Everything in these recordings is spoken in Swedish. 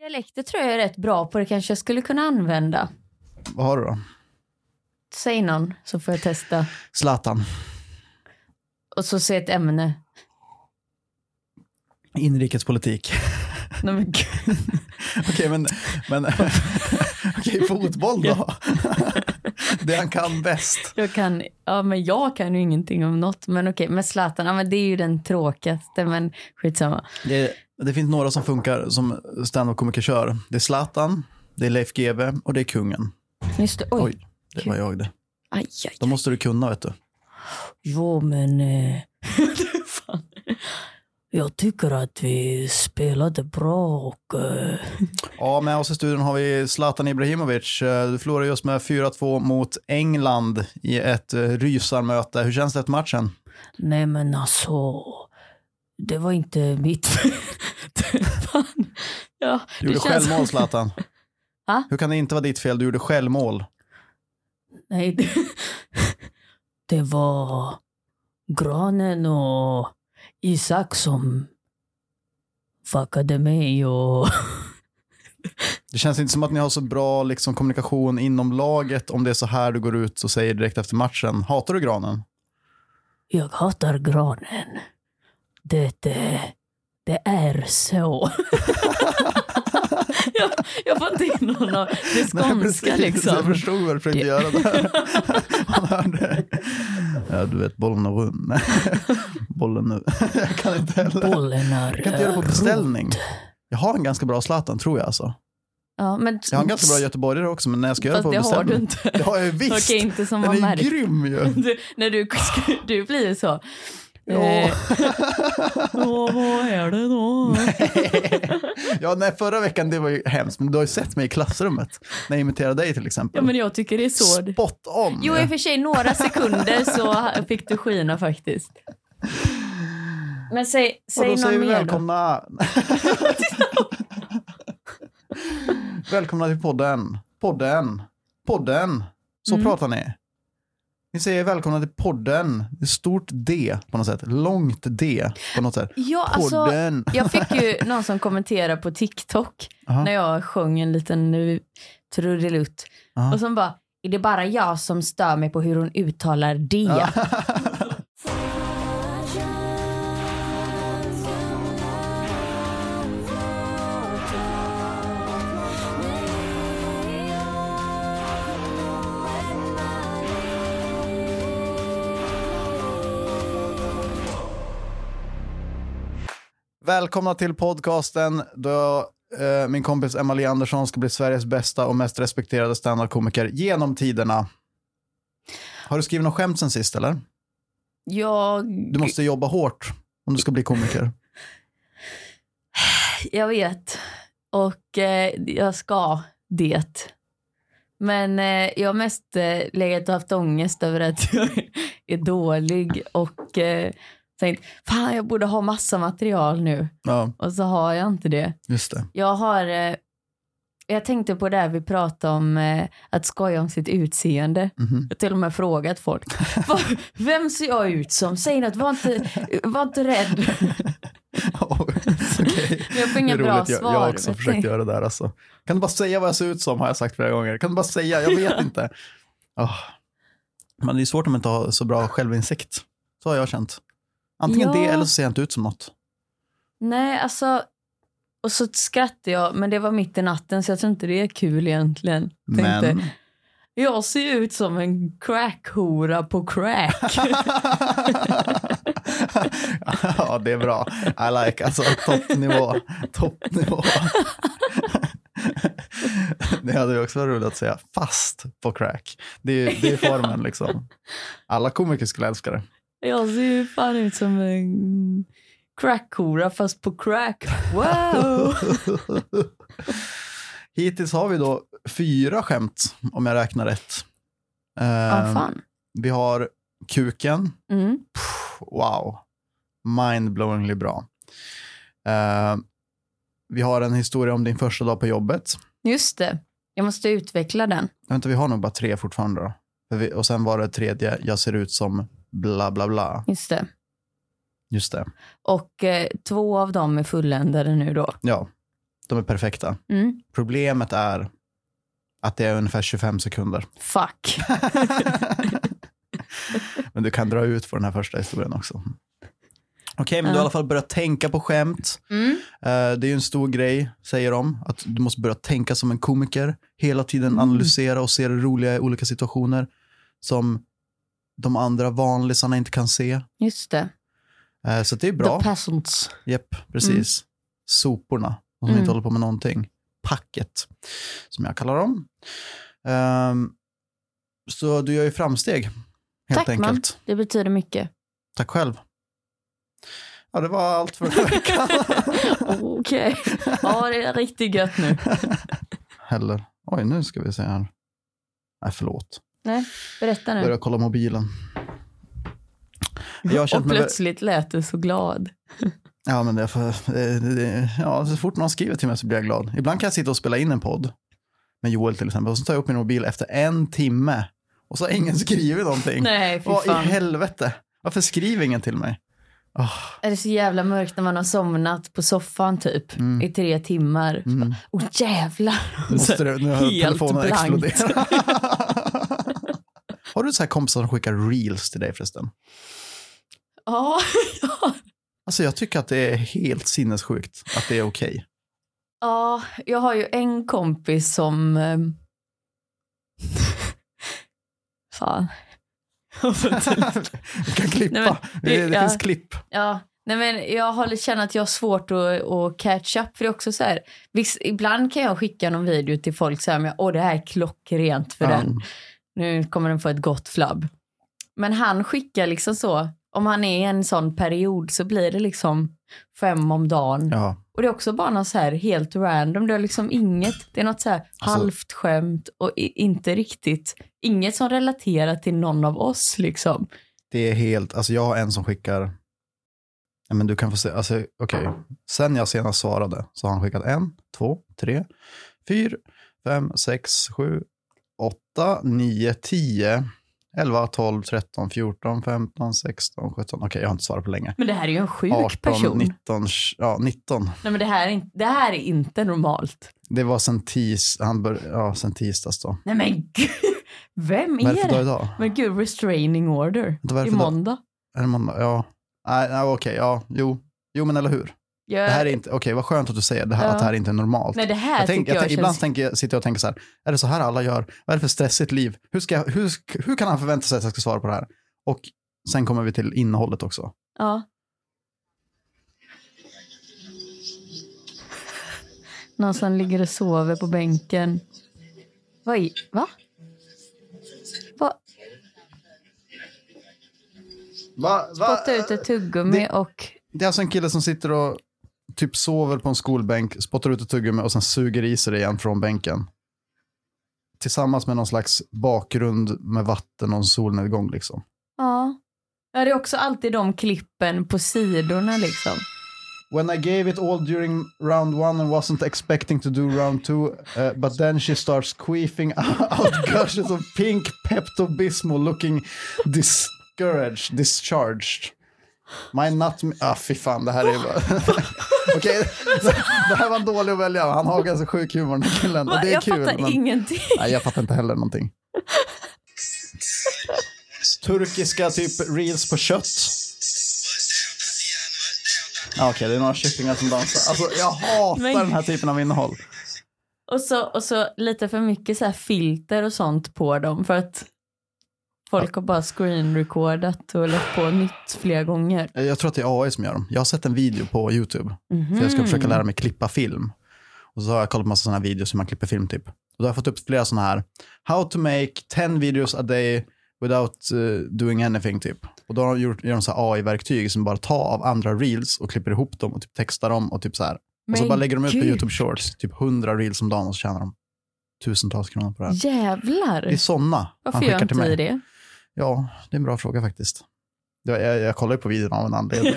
Dialekter tror jag är rätt bra på. Det kanske jag skulle kunna använda. Vad har du då? Säg någon så får jag testa. Zlatan. Och så se ett ämne. Inrikespolitik. Nej, men gud. Okej, men okej, fotboll då. Det han kan bäst. Jag kan ju ingenting om något. Men okej, men Zlatan, ja, men det är ju den tråkigaste, men skitsamma. Det finns några som funkar som stand-up-komiker kör. Det är Zlatan, det är Leif GW och det är kungen. Just det, oj det var jag det. Aj. Då måste du kunna, vet du. Jo, men fan. Jag tycker att vi spelade bra och... Ja, med oss i studion har vi Zlatan Ibrahimovic. Du förlorade just med 4-2 mot England i ett rysarmöte. Hur känns det efter matchen? Nej, men alltså... Det var inte mitt... Fan. Ja, du gjorde självmål, Zlatan. Ha? Hur kan det inte vara ditt fel? Du gjorde självmål. Nej, det var Granen och Isak som fuckade mig och... Det känns inte som att ni har så bra liksom, kommunikation inom laget om det är så här du går ut och säger direkt efter matchen. Hatar du Granen? Jag hatar Granen. Det är så. jag får inte in någon av det skånska liksom. Jag förstod vad du försökte göra där. Han hörde. Ja, du vet, bollen är rund. Bollen nu. Jag kan inte heller. Bollen är jag kan inte göra det på beställning. Jag har en ganska bra Zlatan, tror jag alltså. Ja, men... Jag har en ganska bra göteborgare också, men när jag ska göra på beställning. Fast det har du inte. Det har jag visst. Okej, inte som den man är grym ju. När du blir så... Ja. Vad är det då? Ja, nej, förra veckan det var ju hemskt. Men du har ju sett mig i klassrummet när jag imiterade dig till exempel. Ja, men jag tycker det är så. Spot on. Jo, i och för sig några sekunder så fick du skina faktiskt. Men säg någon mer välkomna. Välkomna till podden. Så pratar ni. Ni säger välkomna till podden. Det är stort D på något sätt. Långt D på något sätt. Ja, podden. Alltså, jag fick ju någon som kommenterade på TikTok när jag sjöng en liten trudelutt. Och som bara, är det bara jag som stör mig på hur hon uttalar D? Välkomna till podcasten då min kompis Emily Andersson ska bli Sveriges bästa och mest respekterade stand-up-komiker genom tiderna. Har du skrivit något skämt sen sist, eller? Du måste jobba hårt om du ska bli komiker. Jag vet. Och jag ska det. Men jag har mest legat och haft ångest över att jag är dålig och... tänkt, fan jag borde ha massa material nu. Ja. Och så har jag inte det. Just det. Jag tänkte på det här vi pratade om att skoja om sitt utseende. Mm-hmm. Jag har till och med frågat folk. Vem ser jag ut som? Säg något, var inte rädd. Okay. Jag får inga bra svar. Jag har också försökt göra det där. Alltså. Kan du bara säga vad jag ser ut som, har jag sagt flera gånger. Kan du bara säga, jag vet inte. Men det är svårt om man inte har så bra självinsikt. Så har jag känt. Antingen det eller så ser jag inte ut som något. Nej, alltså... Och så skrattade jag, men det var mitt i natten så jag tror inte det är kul egentligen. Tänkte, jag ser ut som en crackhora på crack. Ja, det är bra. I like, alltså toppnivå. Det hade ju också varit roligt att säga fast på crack. Det är formen liksom. Alla komiker skulle älska det. Jag ser ju fan ut som en crackhora fast på crack. Wow! Hittills har vi då 4 skämt om jag räknar rätt. Fan. Vi har kuken. Wow. Mindblowingly bra. Vi har en historia om din första dag på jobbet. Just det. Jag måste utveckla den. Vänta, vi har nog bara 3 fortfarande då. Och sen var det 3:e, jag ser ut som bla bla bla. Just det. Och 2 av dem är fulländade nu då. Ja. De är perfekta. Problemet är att det är ungefär 25 sekunder. Fuck. Men du kan dra ut på den här första historien också. Okej, men du har i alla fall börjat tänka på skämt. Det är ju en stor grej, säger de. Att du måste börja tänka som en komiker. Hela tiden analysera och se det roliga i olika situationer. Som de andra vanlisarna inte kan se. Just det. Så det är bra. The peasants. Japp, precis. Soporna. De som inte håller på med någonting. Packet, som jag kallar dem. Så du gör ju framsteg, helt Tack, enkelt. Man. Det betyder mycket. Tack själv. Ja, det var allt för den här veckan. Okej. Ja, det är riktigt gött nu. Heller. Oj, nu ska vi se här. Nej, förlåt. Nej, berätta nu. Börja kolla mobilen. Jag har känt och plötsligt lät du så glad. Ja, men så fort någon skriver till mig så blir jag glad. Ibland kan jag sitta och spela in en podd med Joel till exempel. Och så tar jag upp min mobil efter 1 timme. Och så har ingen skrivit någonting. Nej, fy fan. Vad i helvete? Varför skriver ingen till mig? Är det så jävla mörkt när man har somnat på soffan typ i 3 timmar? Jävlar. Nu har telefonen exploderat. Har du så här kompisar som skickar reels till dig förresten? Ja. Alltså jag tycker att det är helt sinnessjukt att det är okej. Ja, jag har ju en kompis som... Fan. Vi kan klippa. Det finns klipp. Ja, nej men jag känner att jag har svårt att catch up. För det är också så här, ibland kan jag skicka någon video till folk så här, det här är klockrent för den. Nu kommer den få ett gott flabb. Men han skickar liksom så, om han är i en sån period så blir det liksom 5 om dagen. Ja. Och det är också bara något så här helt random. Det är liksom inget, det är något så här halvt skämt och inte riktigt, inget som relaterar till någon av oss liksom. Det är helt, alltså jag har en som skickar, ja, men du kan få se, alltså okej. Sen jag senast svarade så har han skickat 1, 2, 3, 4, 5, 6, 7, 8, 9, 10, 11, 12, 13, 14, 15, 16, 17. Okej, jag har inte svarat på länge. Men det här är ju en sjuk 18, person. 19, ja 19. Nej, men det här är inte normalt. Det var sen tisdags då. Nej men gud, vem är Vad är det för dag det? idag? Men gud, restraining order. I måndag. Är det måndag? Ja. Nej, okej, ja, jo men eller hur? Det här är inte, okej, vad skönt att du säger det här, att det här inte är normalt. Nej, det här tycker jag ibland sitter jag och tänker så här, är det så här alla gör? Vad är det för stressigt liv? Hur kan han förvänta sig att jag ska svara på det här? Och sen kommer vi till innehållet också. Ja. Någon som ligger och sover på bänken. Va? Spotta ut ett tuggummi och... Det är alltså en kille som sitter och typ sover på en skolbänk, spottar ut ett tuggummi och sen suger i sig det igen från bänken. Tillsammans med någon slags bakgrund med vatten och en solnedgång liksom. Ja. Ja, det är också alltid de klippen på sidorna liksom. When I gave it all during round 1 and wasn't expecting to do round 2, but then she starts queefing out gushes of pink Pepto-Bismol looking discharged. My nut... fy fan, det här är ju bara... Okej, det här var en dålig att välja. Han har ganska sjuk humor, den här killen. Och det är jag kul, fattar ingenting. Nej, jag fattar inte heller någonting. Turkiska typ reels på kött. Okej, det är några kycklingar som dansar. Alltså, jag hatar den här typen av innehåll. Och så lite för mycket så här filter och sånt på dem. För att folk har bara screen-recordat och lagt på nytt flera gånger. Jag tror att det är AI som gör dem. Jag har sett en video på YouTube. För jag ska försöka lära mig klippa film. Och så har jag kollat på massa sådana här videos hur man klipper film typ. Och då har jag fått upp flera sådana här. How to make 10 videos a day without doing anything typ. Och då gör de så här AI-verktyg som bara tar av andra reels och klipper ihop dem och typ textar dem och typ så här. Och så bara lägger de ut på YouTube Shorts. Typ 100 reels om dagen och så tjänar de tusentals kronor på det här. Jävlar! Det är sådana varför gör inte vi det? Ja, det är en bra fråga faktiskt. Jag kollar ju på videon av en anledning.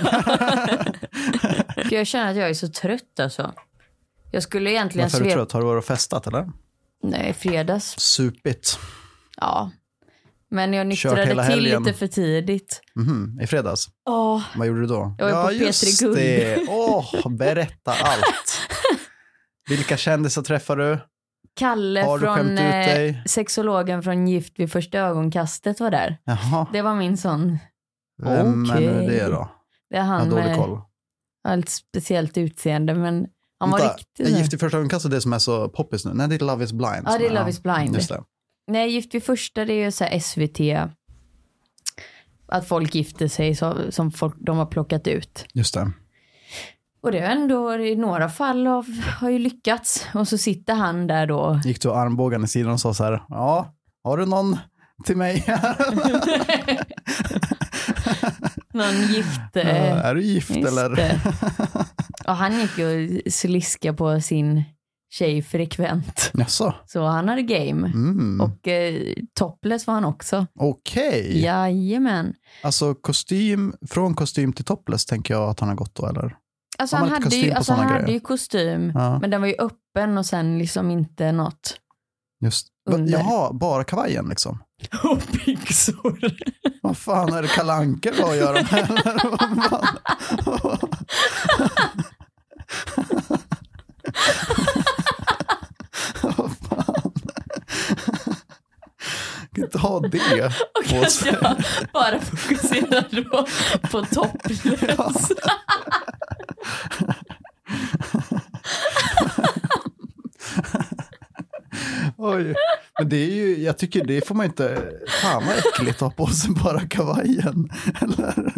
Jag känner att jag är så trött alltså. Jag skulle egentligen... Varför är du trött? Har du varit och festat eller? Nej, fredags. Supigt. Ja. Men jag nyktrade till lite för tidigt. I fredags? Ja. Vad gjorde du då? Jag var på Petri Guld. Berätta allt. Vilka kändisar träffar du? Kalle Har du från skämt ut dig? sexologen från Gift vid första ögonkastet var där. Jaha. Det var min sån. Vem är nu Okej. det då? Det är Jag har han dålig med koll. ett speciellt utseende, men han var Vänta, riktigt... är Gift i första ögonkastet det som är så poppis nu? Nej, det är Love is blind. Ja, det är Love is blind. Just det. Nej, Gift vid första, det är ju så här SVT. Att folk gifter sig som folk, de har plockat ut. Just det. Och det är ändå i några fall har ju lyckats. Och så sitter han där då. Gick du armbågen i sidan och sa så här, ja, har du någon till mig? Någon gift. Är du gift eller? Och han gick ju och sliska på sin tjej frekvent. Jaså? Så han hade game. Mm. Och topless var han också. Okej. Jajamän. Alltså från kostym till topless tänker jag att han har gått då, eller? Alltså Har han man inte hade kostym ju, på alltså, såna han hade grejer? ju kostym. Ja. Men den var ju öppen och sen liksom inte något. Just. Under. Jaha, bara kavajen liksom. Och byxor. Vad fan är det Kalle Anka att göra med? Vad fan? Kan inte ha det Och på att sig. jag bara fokuserar då på topless. Oj, men det är ju, jag tycker det får man inte, fan vad äckligt att ha på sig bara kavajen, eller?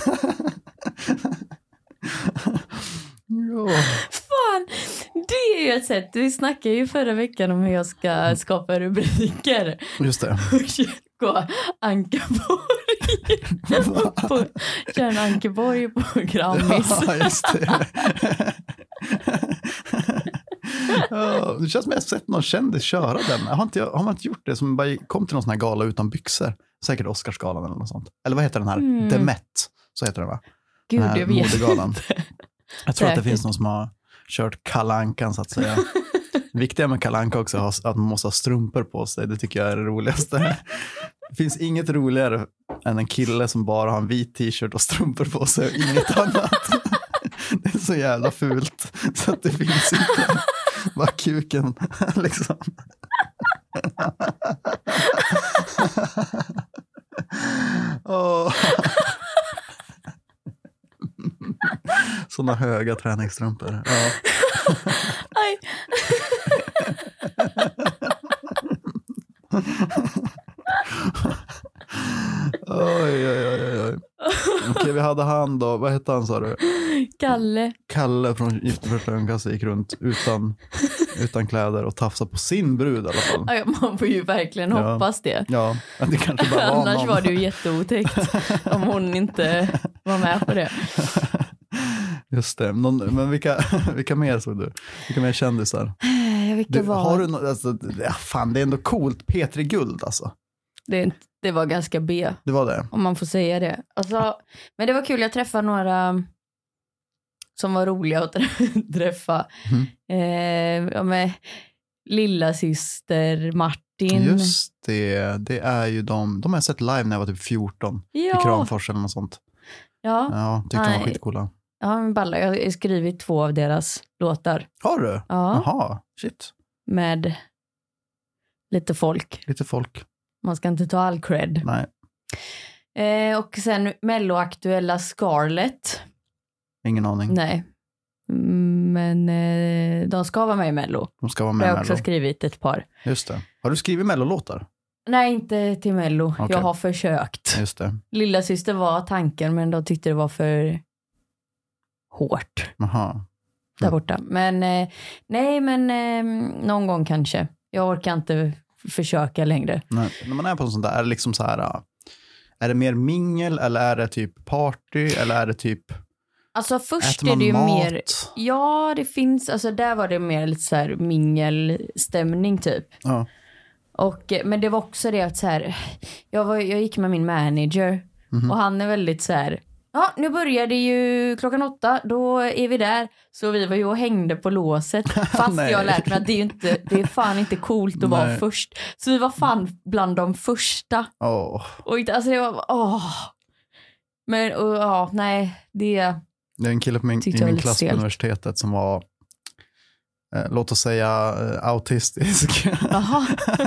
Jo. Fan, det är ju ett sätt. Vi snackade ju förra veckan om hur jag ska skapa rubriker. Just det. Gå Ankeborg. Köra en Ankeborg på Grammis. Ja, just det. Ja, det känns som jag har sett någon kändis köra den. Har man inte gjort det som bara kom till någon sån här gala utan byxor? Säkert Oscarsgalan eller något sånt. Eller vad heter den här? The Met, så heter den va? Gud, jag vet modegalan. inte. Jag tror att det Säkert. finns någon som har kört Kalle Ankan så att säga. Det viktiga med Kalle Anka också är att man måste ha strumpor på sig. Det tycker jag är det roligaste. Det finns inget roligare än en kille som bara har en vit t-shirt och strumpor på sig och inget annat. Det är så jävla fult så att det finns inte. Bara kuken liksom. Oh. Såna höga träningsstrumpor. Ja. Aj. Oj. Okej, vi hade han då. Vad hette han sa du? Kalle Från Gift vid första ögonkastet gick runt utan kläder och tafsade på sin brud i alla fall. Aj, man får ju verkligen hoppas det. Ja, men det kanske bara var Annars någon. var det ju jätteotäckt om hon inte var med på det. Just det. Men vilka mer såg du? Vilka mer kändisar? Vilka var... Har du alltså, fan, det är ändå coolt. Petri Guld alltså. Det var ganska B. Det var det. Om man får säga det. Alltså, men det var kul, jag träffade några som var roliga att träffa. Ja, med lilla syster Martin. Just det är ju de har jag sett live när jag var typ 14. I Kramfors eller något sånt. Ja, tyckte de var skitcoola. Ja, men balla. Jag har skrivit 2 av deras låtar. Har du? Ja. Jaha, shit. Med lite folk. Lite folk. Man ska inte ta all cred. Nej. Och sen Mello-aktuella Scarlett. Ingen aning. Nej. Men de ska vara med i Mello. De ska vara med i Jag har Mello. också skrivit ett par. Just det. Har du skrivit Mello-låtar? Nej, inte till Mello. Okay. Jag har försökt. Just det. Lilla syster var tanken, men de tyckte det var för hårt. Aha. Där borta. Men nej, men någon gång kanske. Jag orkar inte försöka längre. Nej. När man är på sånt där, är det liksom så här, är det mer mingel eller är det typ party eller är det typ alltså först äter man är det ju mat? mer, ja det finns, alltså där var det mer lite så här mingelstämning typ. Ja. Och, men det var också det att så här, jag gick med min manager och han är väldigt så här, ja nu börjar det ju 8:00, då är vi där. Så vi var ju och hängde på låset. Fast jag har lärt mig att det är fan inte coolt att vara först. Så vi var fan bland de första. Och inte, alltså det var, men nej, det är en kille på i min klass på universitetet som var låt oss säga autistisk. Jaha.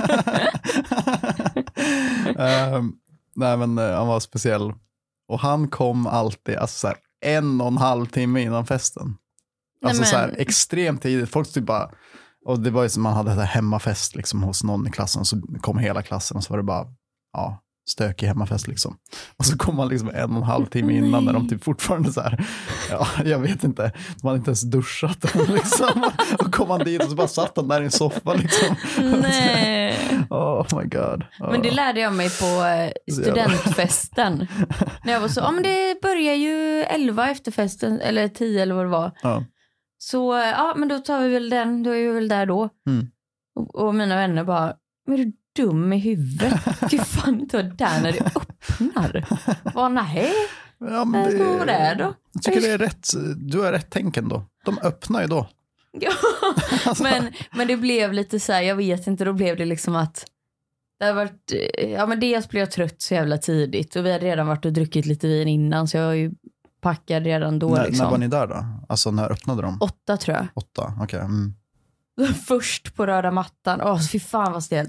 Nej, men han var speciell. Och han kom alltid alltså, så här, 1,5 timme innan festen. Alltså så här, extremt tidigt. Folk typ bara, och det var ju som man hade en hemmafest liksom, hos någon i klassen. Så kom hela klassen och så var det bara stökig hemmafest liksom. Och så kom man liksom 1,5 timme innan när de typ fortfarande så här, jag vet inte, de hade inte ens duschat liksom. Och kom man dit och så bara satt han där i en soffa liksom. Nej. Oh my god. Men det lärde jag mig på studentfesten. När jag var så, men det börjar ju 11 efter festen, eller 10 eller vad det var. Ja. Så men då tar vi väl den, då är vi väl där då. Mm. Och mina vänner bara, men är du dum i huvudet? Du fan inte vara där när det öppnar. Vad nej? Ja, men ska vara där då. Jag tycker det är rätt, du är rätt tänken då. De öppnar ju då. Ja, men det blev lite så här, jag vet inte, då blev det liksom att det har varit, men dels blev jag trött så jävla tidigt och vi hade redan varit och druckit lite vin innan så jag var ju packad redan då. När var ni där då? Alltså när öppnade de? 8 tror jag. 8, okej. Mm. Först på röda mattan. Fy fan vad stelt.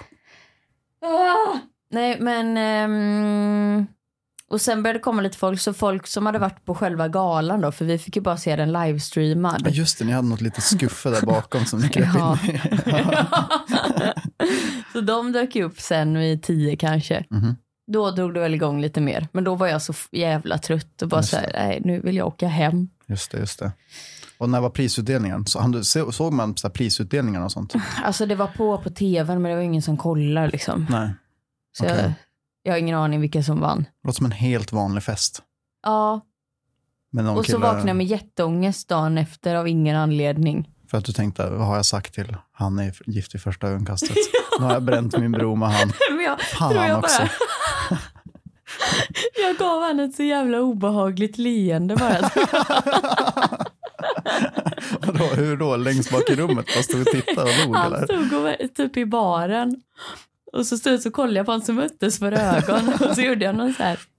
Nej men och sen började det komma lite folk, så folk som hade varit på själva galan då, för vi fick ju bara se den livestreamad. Ja just det, ni hade något litet skuffe där bakom som ni kröp in i. Så de dök upp sen vid 10 kanske. Mm-hmm. Då drog det väl igång lite mer. Men då var jag så jävla trött och bara så här, nej nu vill jag åka hem. Just det. Och när var prisutdelningen? Såg man så här prisutdelningar och sånt? Alltså det var på tvn men det var ingen som kollar liksom. Nej. Så Okay. jag har ingen aning vilka som vann. Det låter som en helt vanlig fest. Ja. Och så vaknade jag med jätteångest dagen efter av ingen anledning. För att du tänkte, vad har jag sagt till han är gift i första ögonkastet? Nu har jag bränt min bro med han. Fan han också. Jag gav han ett så jävla obehagligt leende bara. Hur då? Längst bak i rummet fast du tittade och log eller? Han stod typ i baren. Och så kollade jag på han som möttes för ögon. Och så gjorde jag någon så här.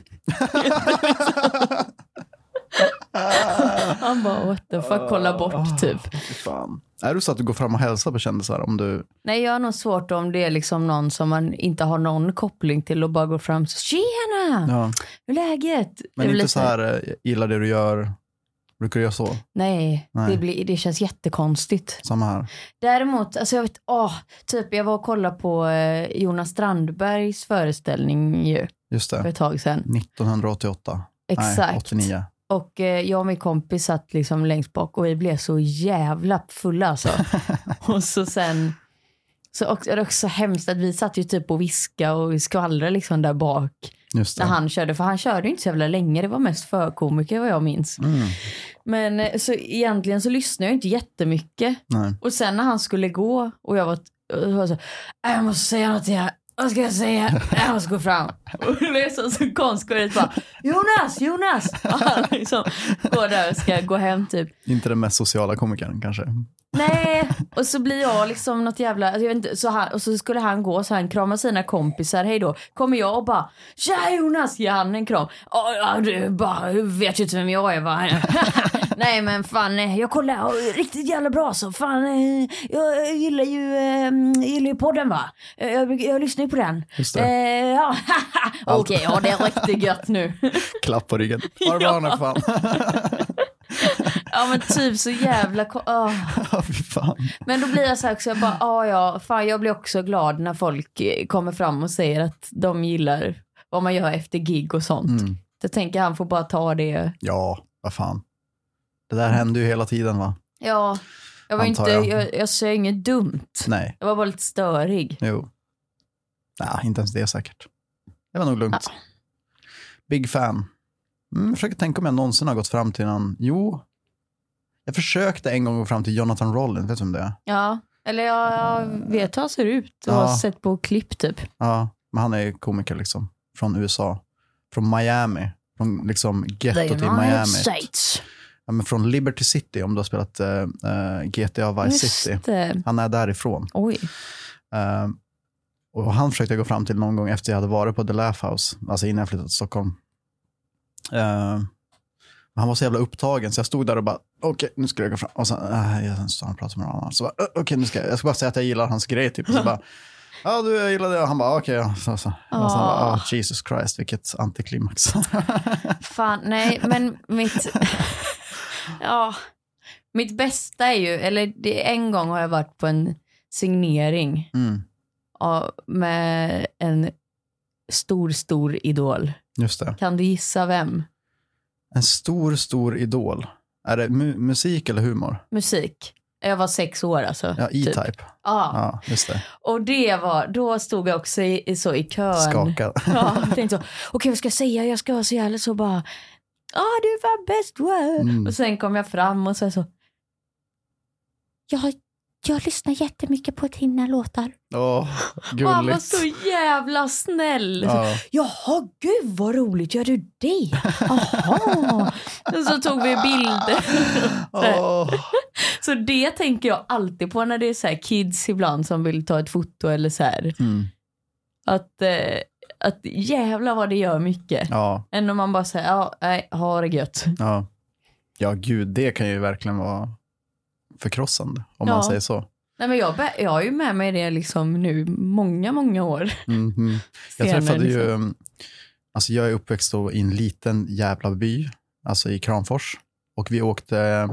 Han bara, what the fuck, kolla bort typ. Fan. Är du så att du går fram och hälsar på kändisar om du... Nej, jag har nog svårt om det är liksom någon som man inte har någon koppling till och bara går fram så, tjena! Ja. Hur är läget? Men inte så här, gillar det du gör, brukar du göra så? Nej. Det känns jättekonstigt. Samma här. Däremot, alltså jag vet, typ jag var och kollade på Jonas Strandbergs föreställning ju. Just det. För ett tag sedan. 1988. Exakt. Nej, 89. Och jag och min kompis satt liksom längst bak och vi blev så jävla fulla alltså. Och så sen så är det också hemskt att vi satt ju typ och viska och skvallrade liksom där bak. Just det. När han körde, för han körde ju inte så jävla länge, det var mest förkomiker vad jag minns. Men så egentligen så lyssnade jag inte jättemycket. Nej. Och sen när han skulle gå och jag var så, jag måste säga något till er. Vad ska jag säga? Jag måste gå fram. Och det är så konstigt bara, Jonas! Och han liksom går där och ska gå hem typ. Inte den mest sociala komikern kanske. Nej, och så blir jag liksom något jävla, alltså jag vet inte, och så skulle han gå så han kramar sina kompisar, hej då. Kommer jag och bara, tja Jonas, ge han en kram. Du vet ju inte vem jag är va? Nej men fan, jag kollar riktigt jävla bra så fan, jag gillar ju podden va? Jag lyssnar ju på den. Just det. Okej, det är riktigt gött nu. Klapp på ryggen. Ha det bra nu fan. Ja men typ så jävla Fy fan. Men då blir jag så här också, jag bara fan jag blir också glad när folk kommer fram och säger att de gillar vad man gör efter gig och sånt. Så tänker han får bara ta det. Ja, vad fan. Det där händer ju hela tiden va? Ja, jag var jag säger inget dumt. Nej. Jag var bara lite störig. Jo. Nej, inte ens det säkert. Det var nog lugnt. Ja. Big fan. Jag försöker tänka om jag någonsin har gått fram till någon. Jo. Jag försökte en gång gå fram till Jonathan Rollins. Vet du om det är? Ja, eller jag vet hur han ser ut. Och har sett på klipp typ. Ja, men han är komiker liksom. Från USA. Från Miami. Från liksom gettot i Miami. States. Ja, men från Liberty City om du har spelat GTA Vice City. Han är därifrån. Oj. Och han försökte gå fram till någon gång efter jag hade varit på The Laugh House. Alltså innan jag flyttade till Stockholm. Han var så jävla upptagen så jag stod där och bara okej, nu ska jag gå fram. Och sen jag sa han pratar med någon annan. Så bara okej, nu ska jag ska bara säga att jag gillar hans grej typ. Och så bara ja, jag gillar det. Och han bara okej. Och så bara, Jesus Christ, vilket antiklimax. Fan, nej, men mitt bästa är ju, eller en gång har jag varit på en signering med en stor idol. Just det. Kan du gissa vem? En stor idol. Är det musik eller humor? Musik. Jag var 6 år alltså. Ja, E-Type. Ja, just det. Och då stod jag också i kön. Skakad. Ja, jag tänkte så, okej, vad ska jag säga? Jag ska vara så jävla så bara, du är fan bäst. Och sen kom jag fram och så jag lyssnar jättemycket på dina låtar. Gulligt. Han var så jävla snäll. Jaha, gud vad roligt, gör du det? Jaha. Och så tog vi bilder. Så det tänker jag alltid på när det är så här kids ibland som vill ta ett foto eller så här. Att jävla vad det gör mycket. Än om man bara säger, ha det gött. Ja, gud, det kan ju verkligen vara förkrossande om man säger så. Nej, men jag har ju med mig det liksom nu många år. Jag träffade ju, alltså jag är uppväxt då i en liten jävla by, alltså i Kramfors. Och vi åkte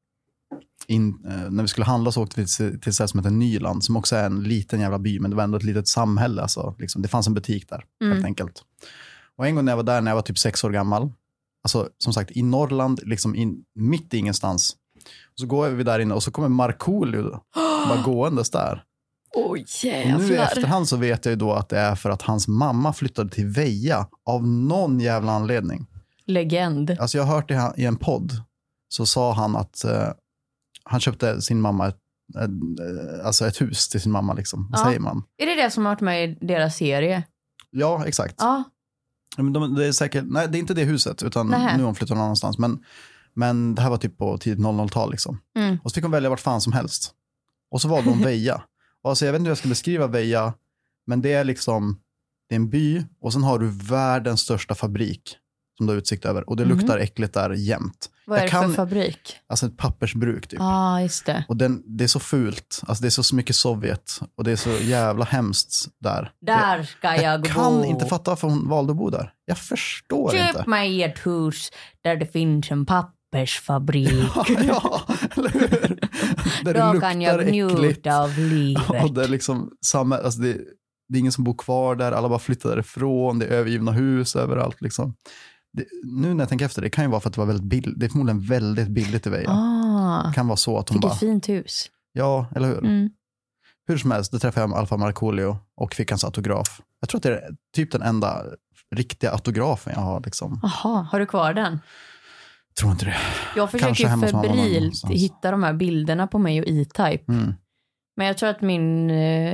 in, när vi skulle handla så åkte vi till ett ställe som heter Nyland, som också är en liten jävla by, men det var ändå ett litet samhälle. Alltså, liksom, det fanns en butik där, helt enkelt. Och en gång när jag var där, när jag var typ 6 år gammal, alltså som sagt i Norrland, liksom mitt i ingenstans. Så går vi där inne och så kommer Markoolio bara gåendes där. Jävlar. Och nu i efterhand så vet jag ju då att det är för att hans mamma flyttade till Veja av någon jävla anledning. Legend. Alltså jag har hört det i en podd, så sa han att han köpte sin mamma alltså ett hus till sin mamma liksom. Vad säger man? Är det som har varit med i deras serie? Ja, exakt. Men det är säkert, nej, det är inte det huset, utan nu har hon flyttat någon annanstans. Men det här var typ på tidigt 00-tal liksom. Och så fick hon välja vart fan som helst. Och så valde hon Veja. Och alltså jag vet inte hur jag ska beskriva Veja, men det är liksom, det är en by och sen har du världens största fabrik som du har utsikt över. Och det luktar äckligt där jämt. Vad är det för fabrik? Alltså ett pappersbruk typ. Just det. Och det är så fult. Alltså det är så mycket Sovjet. Och det är så jävla hemskt där. Där ska jag gå. Jag kan inte fatta varför hon valde att bo där. Jag förstår inte. Köp mig ett hus där det finns en pappersfabrik. Ja, eller hur? Där då kan jag njuta av livet. Och det är liksom samma, alltså det är ingen som bor kvar där. Alla bara flyttar därifrån. Det är övergivna hus överallt liksom. Nu när jag tänker efter, det kan ju vara för att det var väldigt billigt. Det är förmodligen väldigt billigt i Veja. Det kan vara så att hon bara... Vilket fint hus. Ja, eller hur? Hur som helst, då träffade jag Alfa Markoolio och fick hans autograf. Jag tror att det är typ den enda riktiga autografen jag har liksom. Har du kvar den? Tror inte det. Jag försöker febrilt hitta de här bilderna på mig och E-Type. Men jag tror att min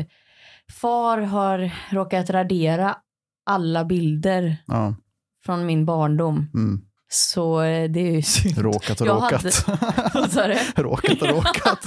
far har råkat radera alla bilder från min barndom. Så det är ju synd. Råkat. Vad sa du? Råkat.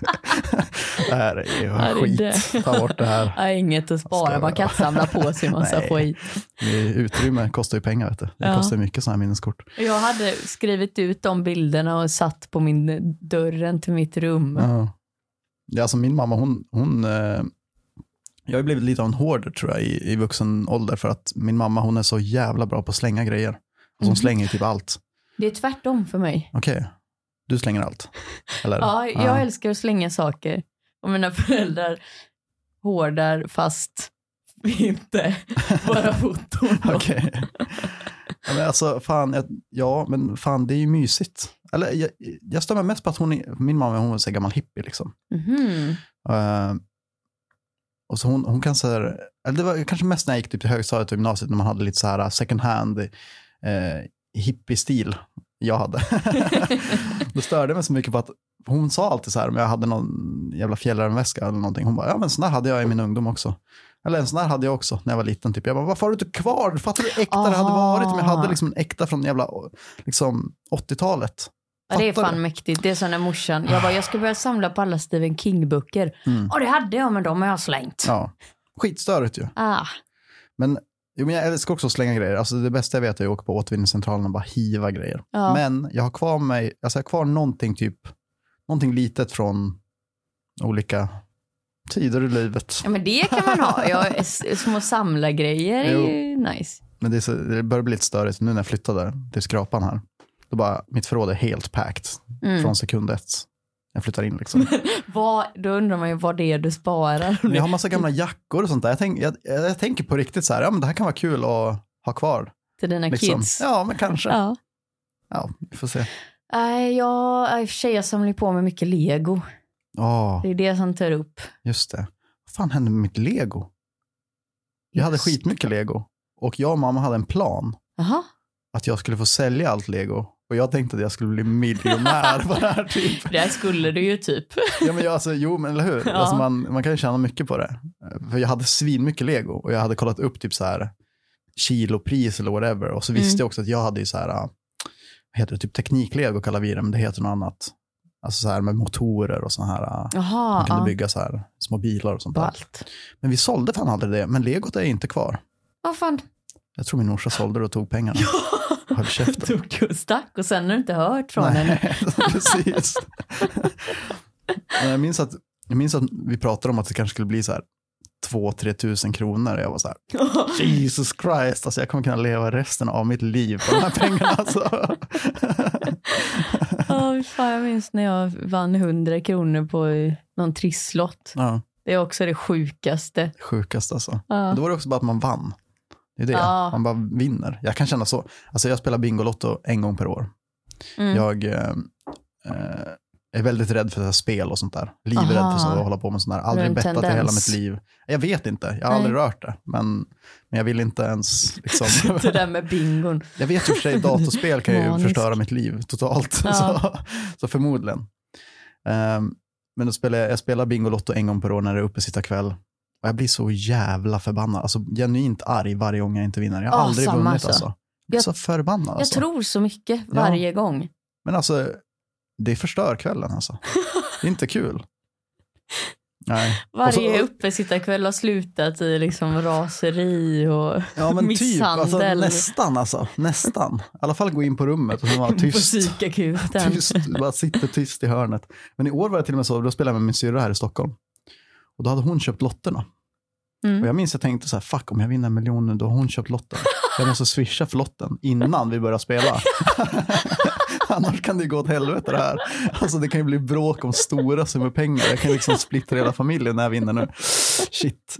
Det här är ju skit. Ta bort det här. Nej, inget att spara. Man kan samla på sig en massa skit. Utrymme kostar ju pengar, vet du. Det kostar ju mycket sådana här minneskort. Jag hade skrivit ut de bilderna och satt på min dörren till mitt rum. Ja, alltså min mamma, hon jag har blivit lite av en hoarder tror jag i vuxen ålder, för att min mamma, hon är så jävla bra på att slänga grejer. Och hon slänger typ allt. Det är tvärtom för mig. Okej. Du slänger allt? Eller? Ja, jag älskar att slänga saker. Och mina föräldrar hårdar fast inte bara foton. Okej. Ja, men alltså, fan, men fan, det är ju mysigt. Eller jag stämmer mest på att min mamma, hon är så gammal hippie liksom. Och så hon kan så här, eller det var kanske mest när jag gick typ till högstadiet och gymnasiet, när man hade lite så här second hand hippie-stil jag hade. Då störde mig så mycket på att hon sa alltid så här, om jag hade någon jävla fjällrävenväska eller någonting. Hon bara, ja men sån där hade jag i min ungdom också. Eller en sån där hade jag också när jag var liten typ. Jag bara, varför har du inte kvar? Fattar du hur äkta det hade varit om jag hade liksom en äkta från jävla liksom 80-talet? Ja, det är fan mäktigt. Det är sån där morsan. Jag ska börja samla på alla Stephen King-böcker. Och det hade jag, men de har jag slängt. Ja, skitstörigt ju. Ah. Men Jo, men jag älskar också att slänga grejer. Alltså det bästa jag vet är att åka på återvinningscentralen och bara hiva grejer. Ja. Men jag har kvar någonting litet från olika tider i livet. Ja, men det kan man ha. Små samlargrejer är ju nice. Men det börjar bli lite störigt nu när jag flyttade till skrapan här. Då bara, mitt förråd är helt packed från sekund 1. Jag flyttar in liksom. Då undrar man ju vad det är du sparar. Jag har massa gamla jackor och sånt där. Jag tänker på riktigt så här, ja men det här kan vara kul att ha kvar. Till dina liksom. kids. Ja, men kanske. Ja, vi får se. Jag samlar på med mycket Lego. Det är det som tar upp. Just det. Vad fan hände med mitt Lego? Jag hade skitmycket Lego. Och jag och mamma hade en plan. Aha. Att jag skulle få sälja allt Lego. Och jag tänkte att jag skulle bli miljonär på det här typ. Det här skulle du ju typ. Ja, men men eller hur? Ja. Alltså man kan ju tjäna mycket på det. För jag hade svinmycket Lego. Och jag hade kollat upp typ så här kilopris eller whatever. Och så visste jag också att jag hade ju så här, vad heter det, typ tekniklego kallar vi det. Men det heter något annat. Alltså så här med motorer och så här. Man kunde bygga så här små bilar och sånt där. Men vi sålde fan aldrig det. Men Legot är inte kvar. Vad fan? Jag tror min morsa sålde det och tog pengarna. Och höll käften. Tog och stack och sen har du inte hört från henne. Precis. Jag minns att vi pratade om att det kanske skulle bli så här 2-3 tusen kronor. Jag var så här, Jesus Christ, alltså jag kommer kunna leva resten av mitt liv på de här pengarna. Alltså. Fan, jag minns när jag vann 100 kronor på någon trisslott. Ja. Det är också det sjukaste. Sjukaste alltså. Ja. Då var det också bara att man vann. Det är det, man bara vinner. Jag kan känna så. Alltså jag spelar Bingolotto en gång per år. Jag är väldigt rädd för det här spel och sånt där. Livrädd för att hålla på med sånt där. Aldrig bettat i hela mitt liv. Jag vet inte, jag har aldrig rört det. Men jag vill inte ens liksom... Det där med bingon. Jag vet ju för sig, datorspel kan ju förstöra mitt liv totalt. Ja. Så förmodligen. Men då jag spelar Bingolotto en gång per år när det är uppe sitta kväll. Och jag blir så jävla förbannad. Alltså genuint arg varje gång jag inte vinner. Jag har aldrig vunnit alltså. Jag blir så förbannad. Alltså. Jag tror så mycket varje gång. Men alltså, det förstör kvällen alltså. Det är inte kul. Nej. Varje uppesittarkväll har slutat i liksom raseri och misshandel. Typ, nästan. I alla fall gå in på rummet och vara tyst. På psykakuten. Tyst, bara sitter tyst i hörnet. Men i år var det till och med så, då spelade jag med min syrra här i Stockholm. Och då hade hon köpt lotterna. Och jag minns jag tänkte så här, fuck om jag vinner 1 miljon nu, då har hon köpt lotten. Jag måste swisha för lotten innan vi börjar spela. Annars kan det gå åt helvete det här. Alltså det kan ju bli bråk om stora summor pengar. Jag kan liksom splittra hela familjen när jag vinner nu. Shit.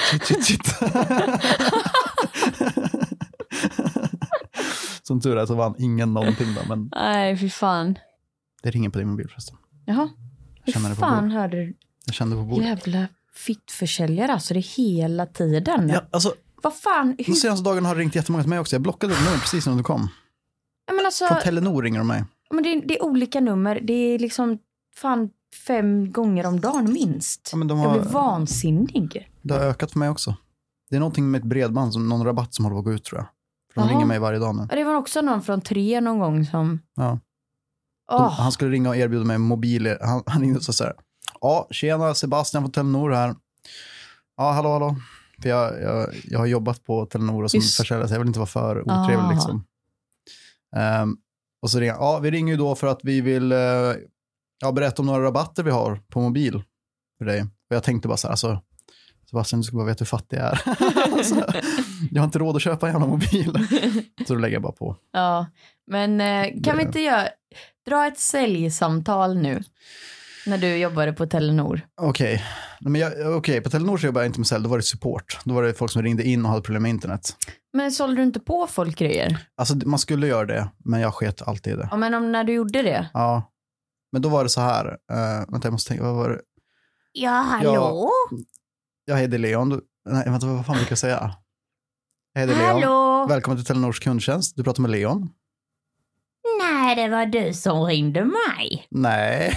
Som tur är så vann ingen någonting då. Men nej, fy fan. Det ringer på din mobil förresten. Jaha. Hur fan hörde du? Jag kände på bordet. Jävla fittförsäljare, alltså det är hela tiden. Ja, alltså, vad fan? De senaste dagarna har det ringt jättemånga till mig också. Jag blockade nummer precis när du kom. Ja, men alltså, från Telenor ringer de mig. Men det är olika nummer. Det är liksom fan 5 gånger om dagen minst. Ja, men jag blir vansinnig. Det har ökat för mig också. Det är någonting med ett bredband, som någon rabatt som håller på att gå ut tror jag. För de ringer mig varje dag nu. Ja, det var också någon från 3 någon gång som... Ja. Han skulle ringa och erbjuda mig mobiler. Han ringde så här. Ja, tjena Sebastian från Telenor här. Ja, hallå. För jag har jobbat på Telenor och som försäljare, så jag vill inte vara för otrevlig liksom. Och så ringer ja, vi ringer ju då för att vi vill berätta om några rabatter vi har på mobil för dig. Och jag tänkte bara så här, alltså Sebastian, du ska bara veta hur fattig jag är. Alltså, jag har inte råd att köpa en jävla mobil. Så då lägger jag bara på. Ja, men kan vi inte dra ett säljsamtal nu? När du jobbade på Telenor. Okej, på Telenor så jobbade jag inte med sälj. Då var det support. Då var det folk som ringde in och hade problem med internet. Men sålde du inte på folk grejer? Alltså man skulle göra det, men jag sket alltid det. Ja, men när du gjorde det? Ja, men då var det så här. Vänta, jag måste tänka, vad var det? Ja, hallå? Jag heter Leon. Nej, vänta, vad fan brukar jag säga? Jag heter Leon. Välkommen till Telenors kundtjänst. Du pratar med Leon. Nej, det var du som ringde mig. Nej.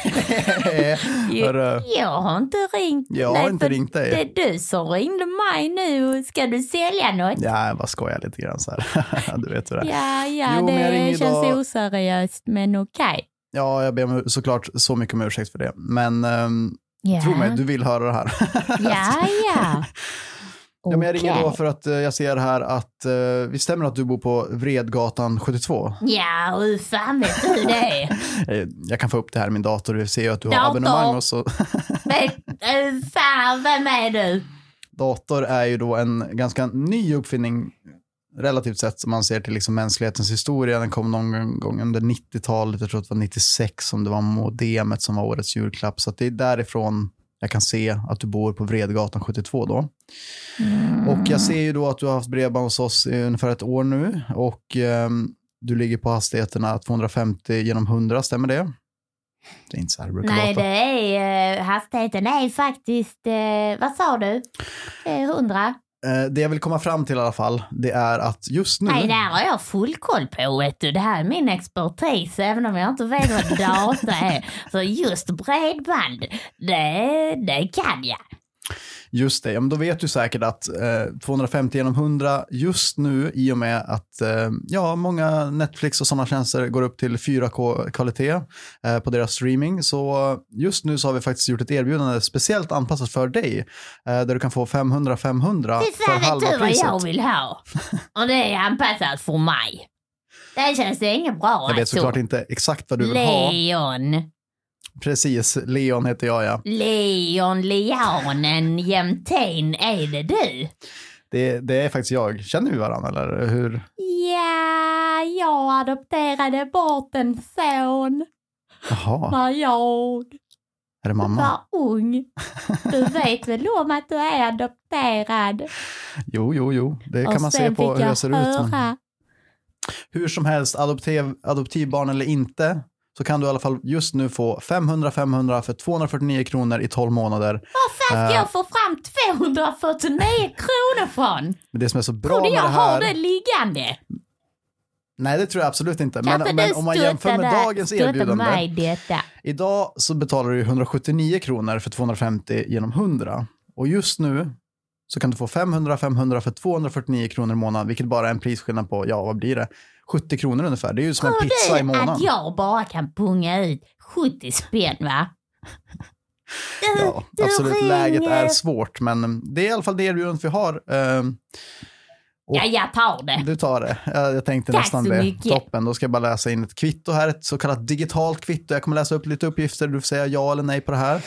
Jag har inte ringt. Jag har inte ringt dig. Det är du som ringde mig nu. Ska du sälja något? Ja, jag bara skojar lite grann så här. Du vet hur det är. Ja, jo, det känns oseriöst, men okej. Ja, jag ber såklart så mycket om ursäkt för det. Men tro mig, du vill höra det här. Ja. Ja, men jag ringer då för att jag ser här att vi stämmer att du bor på Vredgatan 72. Ja, hur fan vet du det? Jag kan få upp det här i min dator. Du ser ju att du har abonnemang och så. Men fan, vem är du? Dator är ju då en ganska ny uppfinning relativt sett som man ser till liksom mänsklighetens historia. Den kom någon gång under 90-talet. Jag tror att det var 96 som det var modemet som var årets julklapp. Så att det är därifrån jag kan se att du bor på Vredgatan 72 då. Och jag ser ju då att du har haft bredband hos oss i ungefär ett år nu. Och du ligger på hastigheterna 250 genom 100, stämmer det? Det är inte så här det brukar Nej, låta. det är hastigheten är faktiskt, vad sa du? 100? Det jag vill komma fram till i alla fall, det är att just nu... Nej, där har jag full koll på, vet du. Det här är min expertis, även om jag inte vet vad data är. Så just bredband, det kan jag. Just det, ja, men då vet du säkert att 250 genom 100 just nu, i och med att många Netflix och sådana tjänster går upp till 4K-kvalitet på deras streaming. Så just nu så har vi faktiskt gjort ett erbjudande speciellt anpassat för dig, där du kan få 500-500 för halva priset. Det vet du vad jag vill ha. Och det är anpassat för mig. Det känns det inget bra. Jag vet såklart inte exakt vad du vill ha. Leon. Precis, Leon heter jag, ja. Leonen Jämtin, är det du? Det är faktiskt jag. Känner vi varandra, eller hur? Ja, jag adopterade bort en son. Jaha. När jag är det mamma? var ung. Du vet väl om att du är adopterad? Jo. Det kan man se på hur jag ser ut. Men... Hur som helst, adoptivbarn eller inte, så kan du i alla fall just nu få 500 för 249 kronor i 12 månader. Vad fan ska jag få fram 249 kronor från? Men det som är så bra med det här... har det liggande? Nej, det tror jag absolut inte. Men om man jämför med dagens erbjudande. Idag så betalar du 179 kronor för 250 genom 100. Och just nu så kan du få 500 för 249 kronor i månaden, vilket bara är en prisskillnad på, vad blir det? 70 kronor ungefär. Det är ju som en pizza i månaden. Att jag bara kan punga ut 70 spänn, va? Ja, absolut. Läget är svårt, men det är i alla fall det erbjudandet vi har. Ja, jag tar det. Du tar det. Jag tänkte Tack nästan det. Toppen. Då ska jag bara läsa in ett kvitto här. Ett så kallat digitalt kvitto. Jag kommer läsa upp lite uppgifter. Du får säga ja eller nej på det här.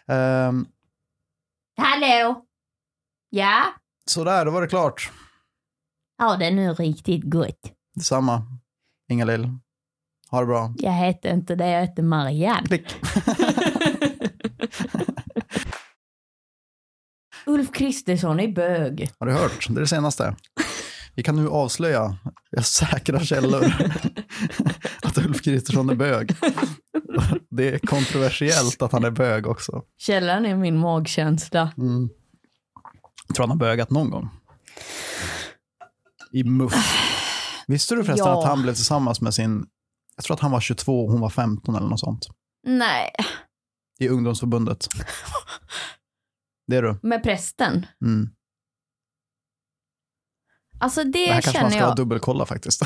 Hallå? Ja? Sådär, då var det klart. Ja, det är nu riktigt gott. Detsamma. Inga-Lill. Ha det bra. Jag heter inte det, jag heter Marianne. Klick. Ulf Kristersson är bög. Har du hört? Det är det senaste. Vi kan nu avslöja, jag säkrar källor, att Ulf Kristersson är bög. Det är kontroversiellt att han är bög också. Källan är min magkänsla. Jag tror han har bögat någon gång. I muff. Visste du förresten att han blev tillsammans med sin... Jag tror att han var 22 och hon var 15 eller något sånt. Nej. I ungdomsförbundet. Det är du. Med prästen? Alltså det här kanske man ska dubbelkolla faktiskt.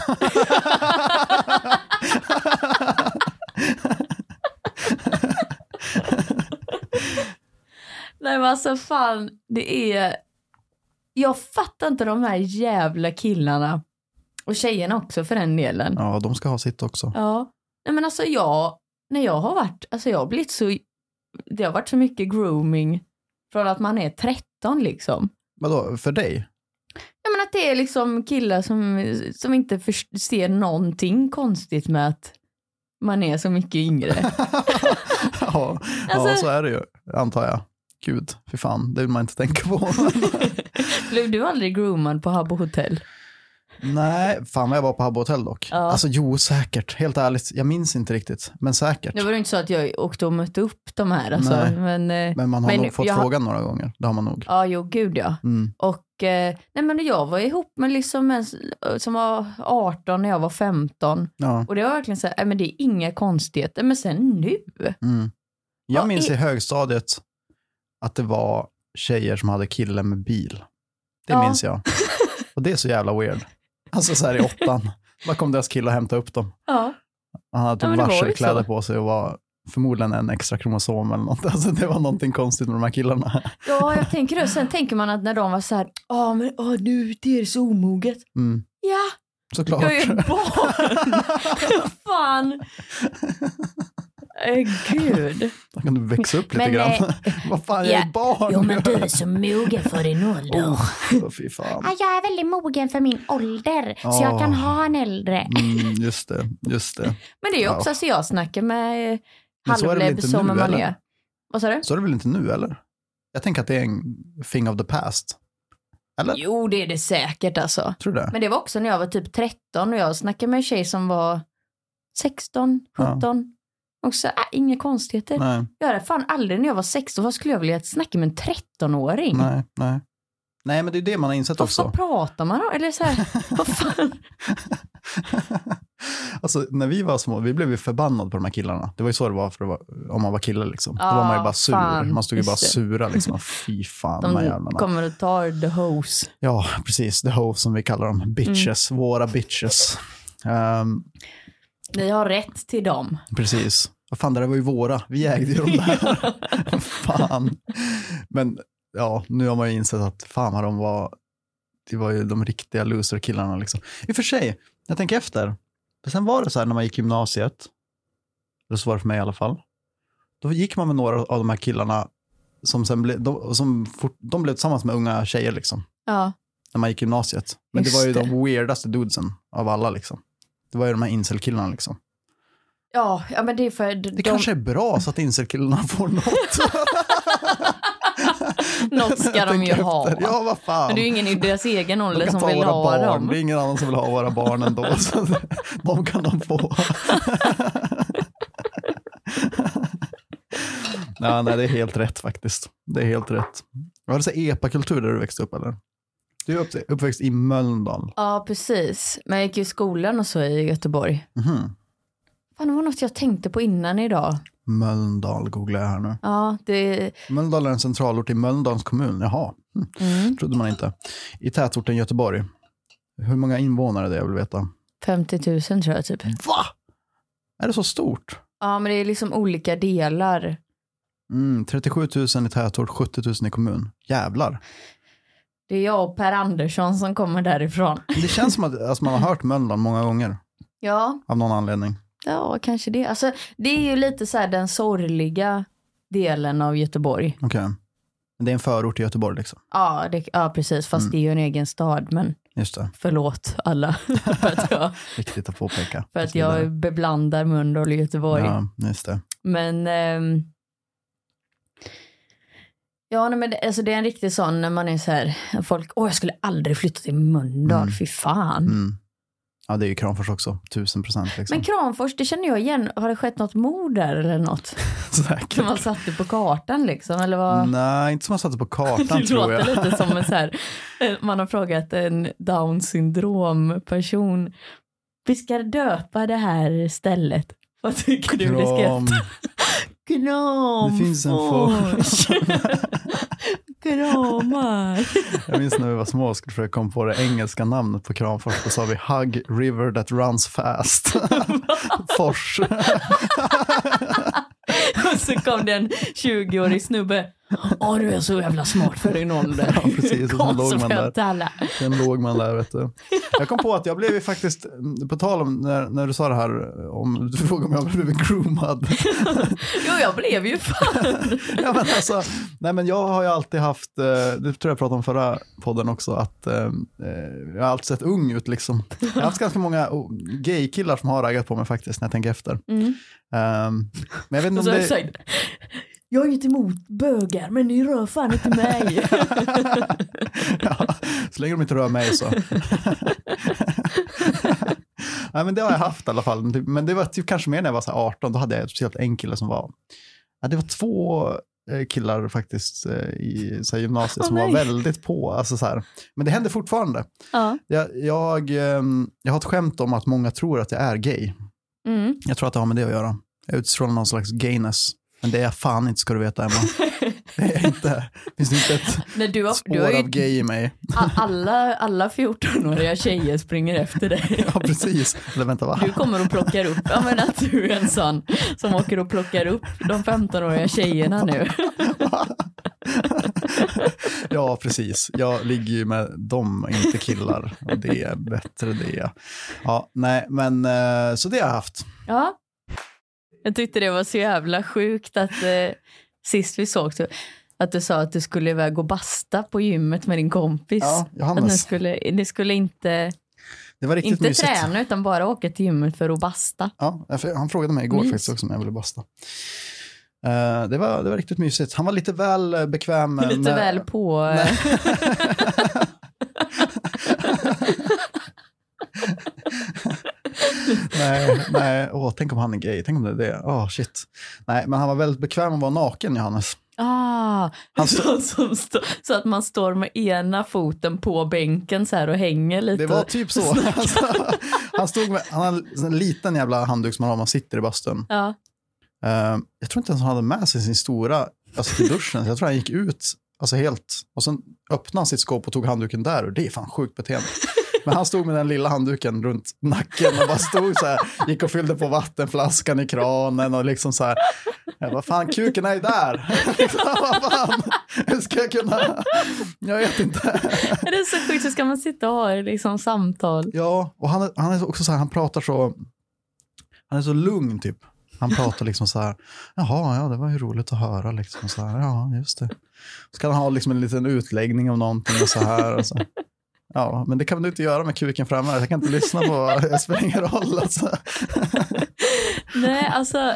Nej, men alltså fan, det är... Jag fattar inte de här jävla killarna. Och tjejerna också för den delen. Ja, de ska ha sitt också. Ja. Nej, men alltså när jag har varit... Alltså jag har blivit så... Det har varit så mycket grooming från att man är 13 liksom. Vadå, för dig? Ja, men att det är liksom killar som inte ser någonting konstigt med att man är så mycket yngre. Ja, så är det ju, antar jag. Gud, för fan, det vill man inte tänka på. Blev du aldrig groomad på Habbo Hotel? Nej, fan vad jag var på Habbo Hotel dock. Ja. Alltså jo, säkert. Helt ärligt, jag minns inte riktigt. Men säkert. Det var inte så att jag åkte och mötte upp de här. Alltså. Men man har nog fått frågan några gånger. Det har man nog. Ja, jo, gud ja. Och jag var ihop med liksom en som var 18 när jag var 15. Ja. Och det var verkligen så här, men det är inga konstigheter. Men sen nu. Jag minns i högstadiet att det var tjejer som hade killar med bil. Det minns jag. Och det är så jävla weird. Alltså så här i 8:an. Bara kom deras killar och hämtade upp dem. Ja. Han hade typ varselkläder på sig och var förmodligen en extra kromosom eller något. Alltså det var någonting konstigt med de här killarna. Ja, jag tänker det. Sen tänker man att när de var så här, nu det är så omoget. Mm. Ja, såklart. Jag är barn. Fan. Gud. Då kan du växa upp lite grann. Vad fan, jag är barn. Jo, men du är så mogen för din ålder. Fy fan. Ja, jag är väldigt mogen för min ålder. Så jag kan ha en äldre. Just det. Men det är ju också så jag snackar med halvlebb som man eller? är. Vad sa du? Så är det väl inte nu, eller? Jag tänker att det är en thing of the past. Eller? Jo, det är det säkert alltså. Tror du det? Men det var också när jag var typ 13 och jag snackade med en tjej som var 16, 17. Ja. Och så, inga konstigheter. Nej. Jag hade fan aldrig när jag var 16. Vad skulle jag vilja snacka med en 13-åring? Nej, men det är det man har insett också. Vad pratar man om? Eller så här, vad fan? Alltså, när vi var små, vi blev ju förbannade på de här killarna. Det var ju så det var, om man var kille liksom. Då var man ju bara sur. Fan, man stod ju bara sura liksom. Fy fan, de här jävlarna. Kommer och tar the hose. Ja, precis. The hose som vi kallar dem. Bitches, våra bitches. Ni har rätt till dem. Precis. Vad fan, det där var ju våra. Vi ägde ju de där. Fan. Men ja, nu har man ju insett att fan vad det var ju de riktiga loser-killarna liksom. I och för sig, jag tänker efter. Men sen var det så här när man gick gymnasiet. Det så var det för mig i alla fall. Då gick man med några av de här killarna som sen de blev tillsammans med unga tjejer liksom. Ja. När man gick gymnasiet. Men det var ju de weirdaste dudesen av alla liksom. Det var ju de här incel-killarna liksom. Ja, men det är för... Det kanske är bra så att incel-killarna får något. Något ska de ju ha. Ja, vad fan. Men det är ju ingen i deras egen ålder som vill ha barn. dem. Det är ingen annan som vill ha våra barn ändå. Så de kan de få. Nej, det är helt rätt faktiskt. Det är helt rätt. Var det så epakultur där du växte upp eller? Du är uppväxt i Mölndal. Ja, precis. Men jag gick ju i skolan och så i Göteborg. Mhm. Fan, det var något jag tänkte på innan idag. Mölndal googlar jag här nu. Ja, Mölndal är en centralort i Mölndals kommun. Jaha, trodde man inte. I tätorten Göteborg. Hur många invånare är det jag vill veta? 50 000 tror jag typ. Va? Är det så stort? Ja, men det är liksom olika delar. 37 000 i tätort, 70 000 i kommun. Jävlar. Det är jag och Per Andersson som kommer därifrån. Det känns som att man har hört Mölndal många gånger. Ja. Av någon anledning. Ja, kanske det. Alltså, det är ju lite så här den sorgliga delen av Göteborg. Okej. Men det är en förort i Göteborg liksom. Ja, precis. Fast det är ju en egen stad. Men just det. Förlåt alla. Viktigt att påpeka. För att jag beblandar Mölndal och Göteborg. Ja, just det. Men... Ja, men det är en riktig sån när man är så här... Folk, jag skulle aldrig flytta till Mölndal. Fy fan. Ja, det är ju Kramfors också. 1000% liksom. Men Kramfors, det känner jag igen. Har det skett något mord där eller något? Säkert. Som man satte på kartan liksom, eller vad? Nej, inte som man satte på kartan tror jag. Det låter lite som en så här... Man har frågat en Down-syndrom-person. Vi ska döpa det här stället. Vad tycker du det ska heta? Kramfors. Det finns en fors. Kramar. Jag minns när vi var små och skulle försöka komma på det engelska namnet på Kramfors. Då sa vi Hug River that runs fast. Fors. Och så kom det en 20-årig snubbe. Du är så jävla smart för din ålder. Ja, precis. Sen låg man där, vet du. Jag kom på att jag blev ju faktiskt, på tal om när du sa det här, om du frågade om jag blev groomad. Jo, jag blev ju fan. Ja, men alltså, nej, men jag har ju alltid haft, det tror jag pratade om förra podden också, att jag har alltid sett ung ut liksom. Jag har haft ganska många gay-killar som har raggat på mig faktiskt när jag tänker efter. Men jag vet inte om det... Jag är inte emot bögar, men ni rör fan inte mig. Ja, så länge de inte rör mig så. Nej, men det har jag haft i alla fall. Men det var typ kanske mer när jag var så 18. Då hade jag speciellt en kille som var... Ja, det var 2 killar faktiskt i så här, gymnasiet som var väldigt på. Alltså, så här. Men det händer fortfarande. Ja. Jag har ett skämt om att många tror att jag är gay. Jag tror att det har med det att göra. Jag utstrålar någon slags gayness. Men det är fan inte, ska du veta, Emma. Det är inte, finns det inte ett Nej, du har spår ju, av gay i mig. alla 14-åriga tjejer springer efter dig. Ja, precis. Eller vänta, va? Du kommer och plockar upp, ja men att du är en sån som åker och plockar upp de 15-åriga tjejerna nu. Ja, precis. Jag ligger ju med dem, inte killar. Och det är bättre det. Ja, nej, men så det har jag haft. Ja, jag tyckte det var så jävla sjukt att sist vi såg att du sa att du skulle iväg och basta på gymmet med din kompis. Ja, Johannes. Att ni skulle inte, Det var riktigt inte mysigt. träna utan bara åka till gymmet för att basta. Ja, han frågade mig igår faktiskt också om jag ville basta. Det var riktigt mysigt. Han var lite väl bekväm. Lite väl på... nej. Tänk om han är gay. Tänk om det är det. Shit. Nej, men han var väldigt bekväm att vara naken, Johannes. Så att man står med ena foten på bänken så här och hänger lite. Det var typ så. Han har en liten jävla handduk som man sitter i bastun. Ja. Jag tror inte ens han hade med sig sin stora till duschen. Jag tror han gick ut helt och sen öppnade han sitt skåp och tog handduken där och det är fan sjukt beteende. Men han stod med den lilla handduken runt nacken och bara stod så här, gick och fyllde på vattenflaskan i kranen och liksom så här, vad fan, kuken är där. Vad fan, hur ska jag kunna, jag vet inte. Det är så sjukt, så ska man sitta och ha liksom samtal. Ja, och han är också så här, han pratar så, han är så lugn typ. Han pratar liksom så här, jaha, ja, det var ju roligt att höra liksom så här, ja, just det. Så kan han ha liksom en liten utläggning om någonting och så här och så. Ja, men det kan du inte göra med kuken framme. Jag kan inte lyssna på, det spelar ingen roll alltså. Nej, alltså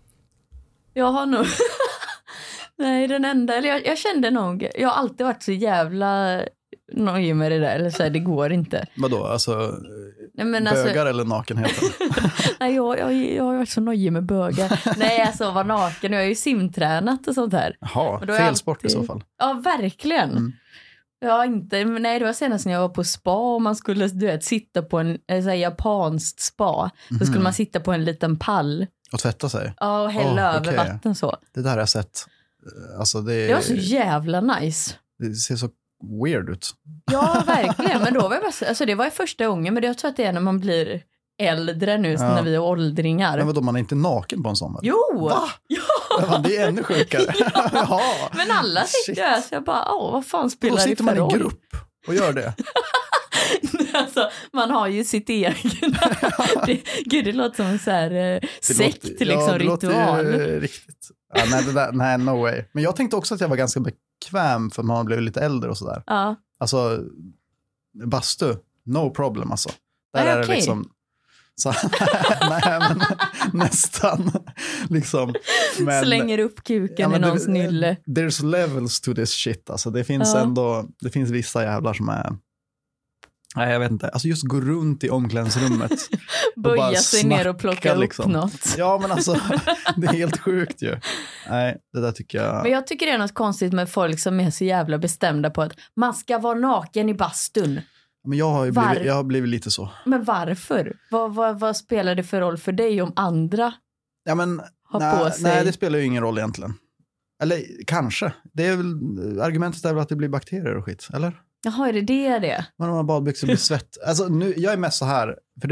jag har nog nej, den enda, eller jag kände nog, jag har alltid varit så jävla nöjd med det där, eller så här, det går inte. Vadå, alltså nej, men bögar eller nakenheten? Nej, jag har varit så nöjd med bögar. Nej, alltså var naken, jag har ju simtränat och sånt här. Jaha, fel sport i så fall. Ja, verkligen. Ja, inte, nej, det var senast när jag var på spa och man skulle sitta på en japanskt spa. Så skulle man sitta på en liten pall. Och tvätta sig? Ja, och hälla över vatten så. Det där har jag sett. Alltså, det var så jävla nice. Det ser så weird ut. Ja, verkligen. Men då var jag bara, alltså det var ju första gången, men jag tror att det är när man blir äldre nu, när vi är åldringar. Men vadå, man är inte naken på en sån? Jo! Va? Ja! Det är ännu sjukare. Ja. Men alla sitter där, så jag bara, vad fan spelar det för roll? Då sitter man i grupp och gör det. Alltså, man har ju sitt egen. Gud, det låter som en så här sekt, liksom, det ritual. Låter riktigt. Ja, nej, no way. Men jag tänkte också att jag var ganska bekväm för man blev lite äldre och sådär. Ja. Alltså, bastu, no problem alltså. Där är det liksom... Så, nej, men nästan liksom, men, slänger upp kuken i någons nylle. There's levels to this shit alltså. Det finns ändå, det finns vissa jävlar som är, nej jag vet inte, alltså just gå runt i omklädningsrummet böja sig ner och plocka liksom. Upp något. Ja, men alltså det är helt sjukt ju. Nej, det där tycker jag. Men jag tycker det är något konstigt med folk som är så jävla bestämda på att man ska vara naken i bastun. Men jag har blivit lite så. Men varför? Vad spelar det för roll för dig om andra har på sig? Nej, det spelar ju ingen roll egentligen. Eller kanske. Det är väl, argumentet är väl att det blir bakterier och skit, eller? Jaha, är det? Men om man badbyxor blir svett. Alltså nu, jag är mest så här, för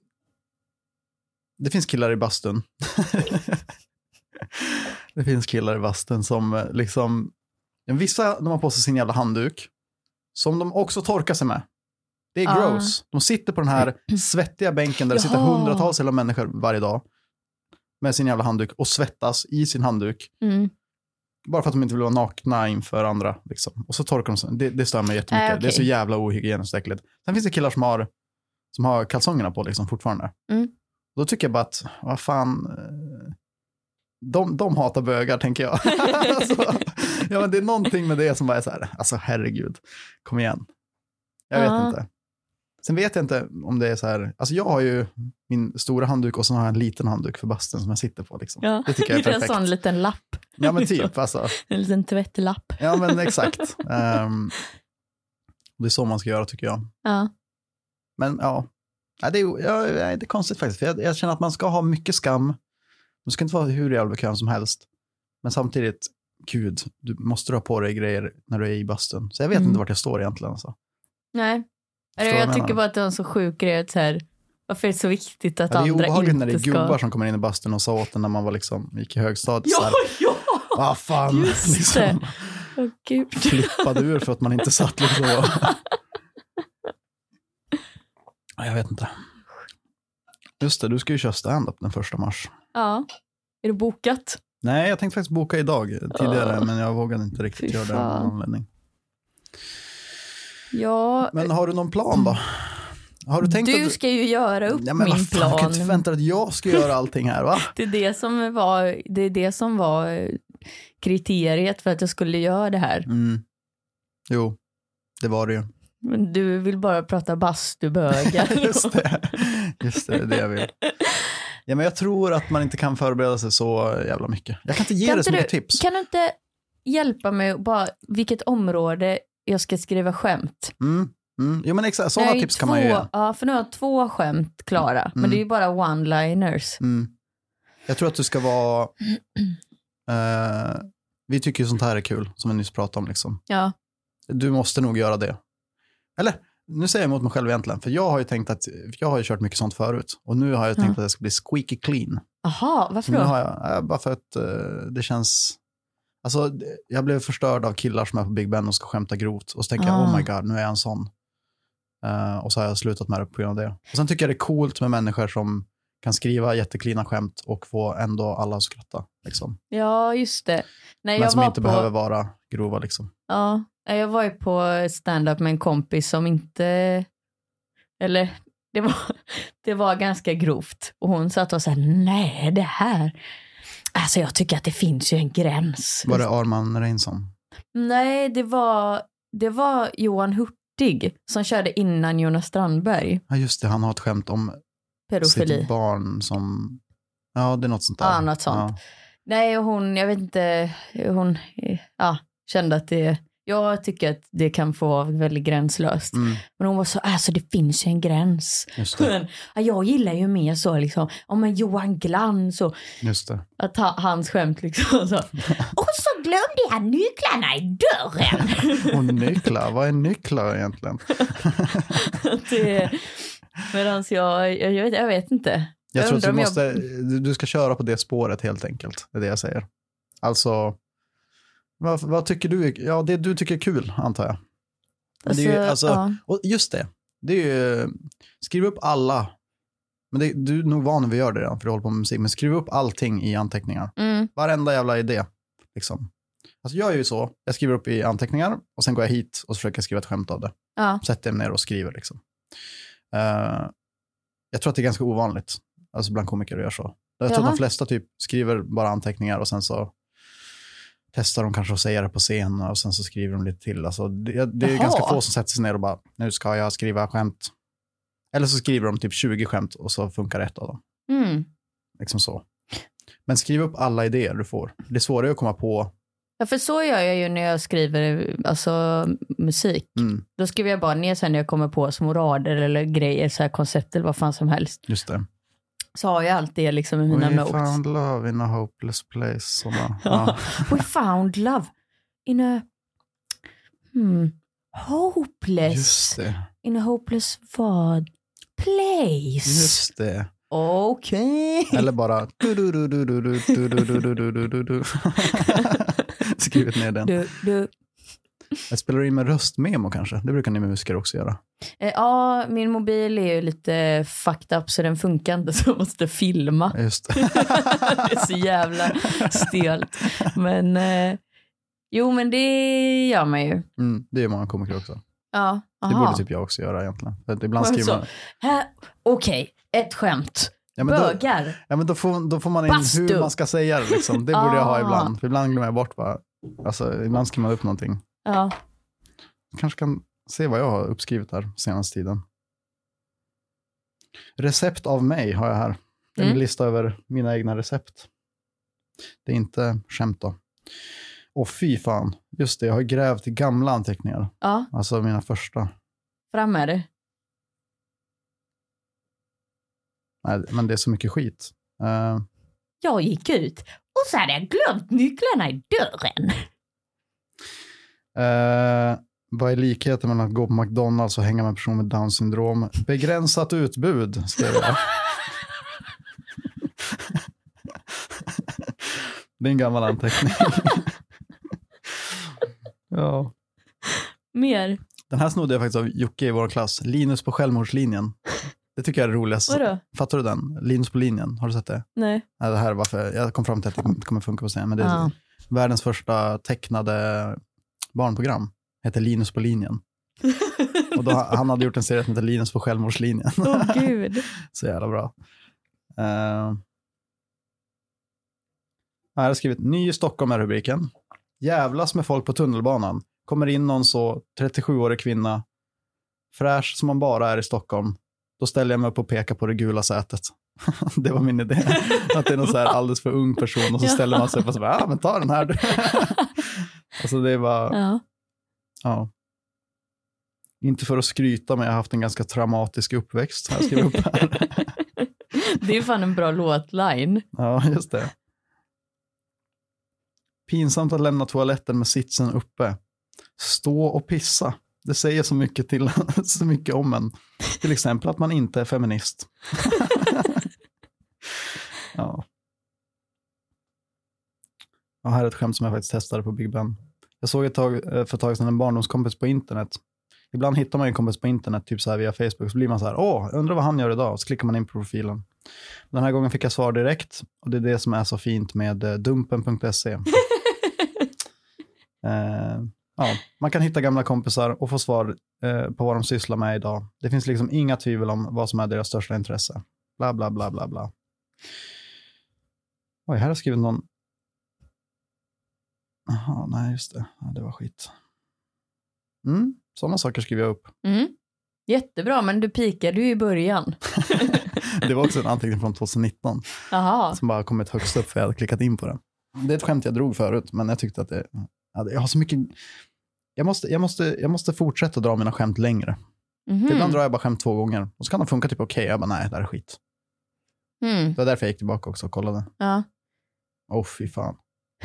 det finns killar i bastun. Det finns killar i bastun som liksom, vissa de har på sig sin jävla handduk som de också torkar sig med. Det är gross. De sitter på den här svettiga bänken där det sitter hundratals hela människor varje dag med sin jävla handduk och svettas i sin handduk. Bara för att de inte vill vara nakna inför andra. Liksom. Och så torkar de sig. Det stör mig jättemycket. Okay. Det är så jävla ohygieniskt och äckligt. Sen finns det killar som har kalsongerna på liksom, fortfarande. Då tycker jag bara att, vad fan, de hatar bögar, tänker jag. Alltså, ja, men det är någonting med det som bara är så här, alltså herregud, kom igen. Jag vet inte. Sen vet jag inte om det är så här, alltså jag har ju min stora handduk och så har jag en liten handduk för basten som jag sitter på liksom. Ja, det tycker jag är perfekt. Det är en sån liten lapp. Ja, men typ alltså. En liten tvättlapp. Ja, men exakt. Det är så man ska göra, tycker jag. Ja. Men ja, det är konstigt faktiskt. För jag känner att man ska ha mycket skam. Man ska inte vara hur jävla bekväm som helst. Men samtidigt, gud, du måste ha på dig grejer när du är i bastun. Så jag vet inte vart jag står egentligen. Alltså. Nej. Förstår Jag tycker bara att det är en så sjuk grej att så här, varför är det så viktigt att andra inte ska... Det är obehagligt när det är gubbar som kommer in i bastun och sa åt den när man var liksom, gick i högstadiet. Ja! Vad fan, just liksom, det. Åh, gud. flippade ur för att man inte satt liksom. Jag vet inte. Just det, du ska ju köra stand-up den 1 mars. Ja. Är det bokat? Nej, jag tänkte faktiskt boka idag tidigare, men jag vågade inte riktigt göra det av någon anledning. Ja. Men har du någon plan då? Har du tänkt du ska ju göra upp min plan. Jag kan inte förvänta dig att jag ska göra allting här, va? Det är det som var kriteriet för att jag skulle göra det här. Jo, det var det ju. Men du vill bara prata bastubögar. Just det är det jag vill. Ja, men jag tror att man inte kan förbereda sig så jävla mycket. Jag kan inte ge dig så mycket tips. Kan du inte hjälpa mig bara vilket område jag ska skriva skämt? Jo, men exakt, sådana tips kan man ju ge. Ja, för nu har jag 2 skämt klara. Men det är ju bara one-liners. Jag tror att du ska vara... vi tycker ju sånt här är kul, som vi nyss pratade om. Liksom. Ja. Du måste nog göra det. Eller, nu säger jag emot mig själv egentligen. För jag har ju tänkt att... Jag har ju kört mycket sånt förut. Och nu har jag tänkt att det ska bli squeaky clean. Aha, varför då? Nu har jag, bara för att det känns... Alltså, jag blev förstörd av killar som är på Big Ben och ska skämta grovt. Och så tänker jag, oh my god, nu är jag en sån. Och så har jag slutat med det på grund av det. Och sen tycker jag det är coolt med människor som kan skriva jätteklina skämt och få ändå alla att skratta. Liksom. Ja, just det. Men som inte behöver vara grova. Liksom. Ja, jag var ju på stand-up med en kompis som inte... Eller, det var ganska grovt. Och hon satt och sa, nej, det här... Alltså jag tycker att det finns ju en gräns. Var det Arman Reinsson? Nej, det var Johan Hurtig som körde innan Jonas Strandberg. Ja, just det. Han har ett skämt om pedofili. Sitt barn som... Ja, det är något sånt där. Ja, något sånt. Ja. Nej, och hon, jag vet inte, hon kände att det... Jag tycker att det kan få vara väldigt gränslöst. Men hon var så, alltså det finns ju en gräns. Just det. Men, jag gillar ju mer så liksom, men Johan Glans och just det. Att hans skämt liksom så. Och så glömde jag nycklarna i dörren. Och nycklar, vad är nycklar egentligen? Medans jag vet inte. Jag tror att du ska köra på det spåret helt enkelt. Det är det jag säger. Alltså... Vad tycker du? Ja, det du tycker är kul, antar jag. Men det är ju, och just det är ju, skriv upp alla, men du är nog van när vi gör det redan, för du håller på med musik, men skriv upp allting i anteckningar. Varenda jävla idé, liksom. Alltså jag är ju så, jag skriver upp i anteckningar, och sen går jag hit och försöker skriva ett skämt av det. Sätter mig ner och skriver, liksom. Jag tror att det är ganska ovanligt, alltså bland komiker att göra så. Jag tror att de flesta typ skriver bara anteckningar, och sen så testar de kanske att säga det på scen och sen så skriver de lite till. Alltså, det är ganska få som sätter sig ner och bara, nu ska jag skriva skämt. Eller så skriver de typ 20 skämt och så funkar ett av dem. Liksom så. Men skriv upp alla idéer du får. Det är svårare att komma på. Ja, för så gör jag ju när jag skriver alltså, musik. Då skriver jag bara ner sen när jag kommer på små rader eller grejer, så här koncept eller vad fan som helst. Just det. Så har jag alltid liksom i mina notes. We found love in a hopeless place. We found love in a hopeless. Just det. In a hopeless vad? Place. Just det. Okej. Eller bara skrivit ner den. Jag spelar in med röstmemo kanske. Det brukar ni musiker också göra. Ja, min mobil är ju lite fucked up så den funkar inte, så jag måste filma. Just det. Det är så jävla stelt. Men men det gör man ju. Det gör många komiker också. Ja, det borde typ jag också göra egentligen. Ibland skriver man... Okej, ett skämt. Bögar. Ja, men då får man in hur man ska säga det liksom. Det borde jag ha ibland. För ibland glömmer jag bort bara. Alltså, ibland skriver man upp någonting. Ja. Kanske kan se vad jag har uppskrivit här senaste tiden. Recept av mig har jag här. Det är en lista över mina egna recept. Det är inte skämt då. Och fy fan. Just det, jag har grävt i gamla anteckningar. Ja. Alltså mina första. Fram är det. Nej, men det är så mycket skit. Jag gick ut Och så hade jag glömt nycklarna i dörren. Vad är likheten mellan att gå på McDonalds och hänga med en person med Down syndrom? Begränsat utbud, skrev jag. Det är en gammal anteckning. Ja. Mer. Den här snodde jag faktiskt av Jocke i vår klass. Linus på självmordslinjen. Det tycker jag är roligast. Vadå? Fattar du den? Linus på linjen. Har du sett det? Nej. Nej, det här är varför jag kom fram till att det inte kommer funka på scen. Men det är världens första tecknade barnprogram. Heter Linus på linjen. Och då, han hade gjort en serie som heter Linus på självmordslinjen. Gud. Så jävla bra. Jag har skrivit ny i Stockholm är rubriken. Jävlas med folk på tunnelbanan. Kommer in någon så 37-årig kvinna. Fräsch som man bara är i Stockholm. Då ställer jag mig upp och pekar på det gula sätet. Det var min idé. Att det är någon så här alldeles för ung person. Och så ställer man sig upp och så bara, men ta den här. Alltså det var... Ja. Inte för att skryta, men jag har haft en ganska traumatisk uppväxt. Här skriver upp här. Det är fan en bra låtline. Ja, just det. Pinsamt att lämna toaletten med sitsen uppe. Stå och pissa. Det säger så mycket om en. Till exempel att man inte är feminist. Ja. Och här är ett skämt som jag faktiskt testade på Big Ben. Jag såg för ett tag sedan en barndomskompis på internet. Ibland hittar man en kompis på internet, typ så här via Facebook, så blir man så här, undrar vad han gör idag, och så klickar man in på profilen. Den här gången fick jag svar direkt, och det är det som är så fint med dumpen.se. Ja, man kan hitta gamla kompisar och få svar på vad de sysslar med idag. Det finns liksom inga tvivel om vad som är deras största intresse. Bla bla bla bla bla. Oj, här har jag skrivit någon... Jaha, nej just det. Ja, det var skit. Sådana saker skriver jag upp. Jättebra, men du pikade ju i början. Det var också en anteckning från 2019. Aha. Som bara kommit högst upp för jag hade klickat in på det. Det är ett skämt jag drog förut, men jag tyckte att det... Jag har så mycket... Jag måste fortsätta dra mina skämt längre. Ibland drar jag bara skämt 2 gånger. Och så kan de funka typ okej. Jag bara, nej, det här är skit. Det var därför jag gick tillbaka också och kollade. Ja. Fy fan.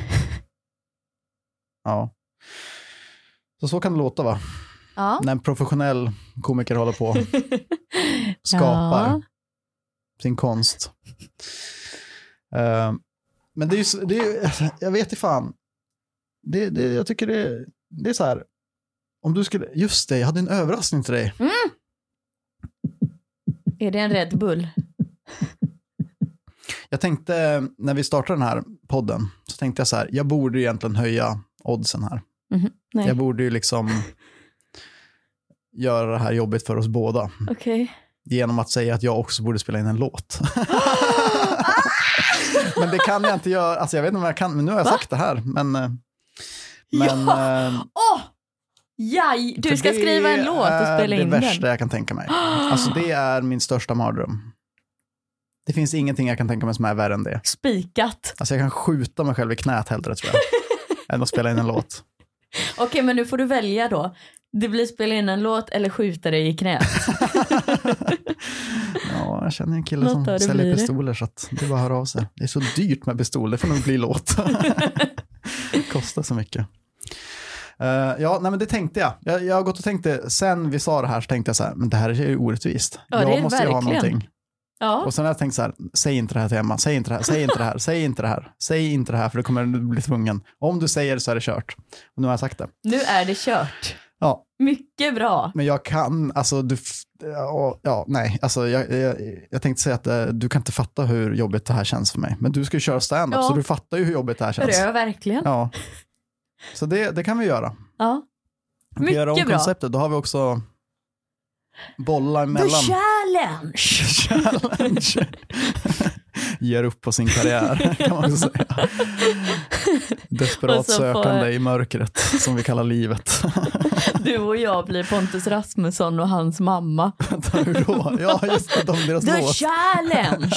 Ja. Så kan det låta, va? Ja. När en professionell komiker håller på skapar sin konst. Men det är ju jag vet inte fan. Jag tycker det är så här. Om du skulle, just det, jag hade en överraskning till dig. Är det en Red Bull? Jag tänkte, när vi startade den här podden, så tänkte jag så här, jag borde egentligen höja oddsen här. Nej. Jag borde ju liksom göra det här jobbigt för oss båda. Okej. Genom att säga att jag också borde spela in en låt. Men det kan jag inte göra. Alltså jag vet inte om jag kan, men nu har jag sagt det här. Du ska skriva en låt och spela in den. Det är det värsta jag kan tänka mig. Alltså det är min största mardröm. Det finns ingenting jag kan tänka mig som är värre än det. Spikat. Alltså jag kan skjuta mig själv i knät hellre, tror jag. Än att spela in en låt. Okej, men nu får du välja då. Det blir spela in en låt eller skjuta dig i knät. Ja, jag känner en kille som säljer pistoler, så att det bara hör av sig. Det är så dyrt med pistol, det får nog bli låt. Det kostar så mycket. Men det tänkte jag. Jag har gått och tänkte, sen vi sa det här så tänkte jag så här, men det här är ju orättvist. Ja, jag måste ju ha någonting. Ja. Och sen har jag tänkt så här, säg inte det här till Emma, säg inte det här, säg inte det här, säg inte det här, säg inte det här, för det kommer du bli tvungen. Om du säger det så är det kört. Och nu har jag sagt det. Nu är det kört. Ja. Mycket bra. Men jag kan, alltså jag tänkte säga att du kan inte fatta hur jobbigt det här känns för mig. Men du ska ju köra stand-up, så du fattar ju hur jobbigt det här känns. Det gör jag verkligen. Ja. Så det kan vi göra. Ja. Mycket göra om bra. Konceptet, då har vi också bollar emellan. The challenge. Ger upp på sin karriär, kan man säga. Desperat sökande i mörkret, som vi kallar livet. Du och jag blir Pontus Rasmusson och hans mamma. Hur då? Ja, just det, deras The låt. challenge.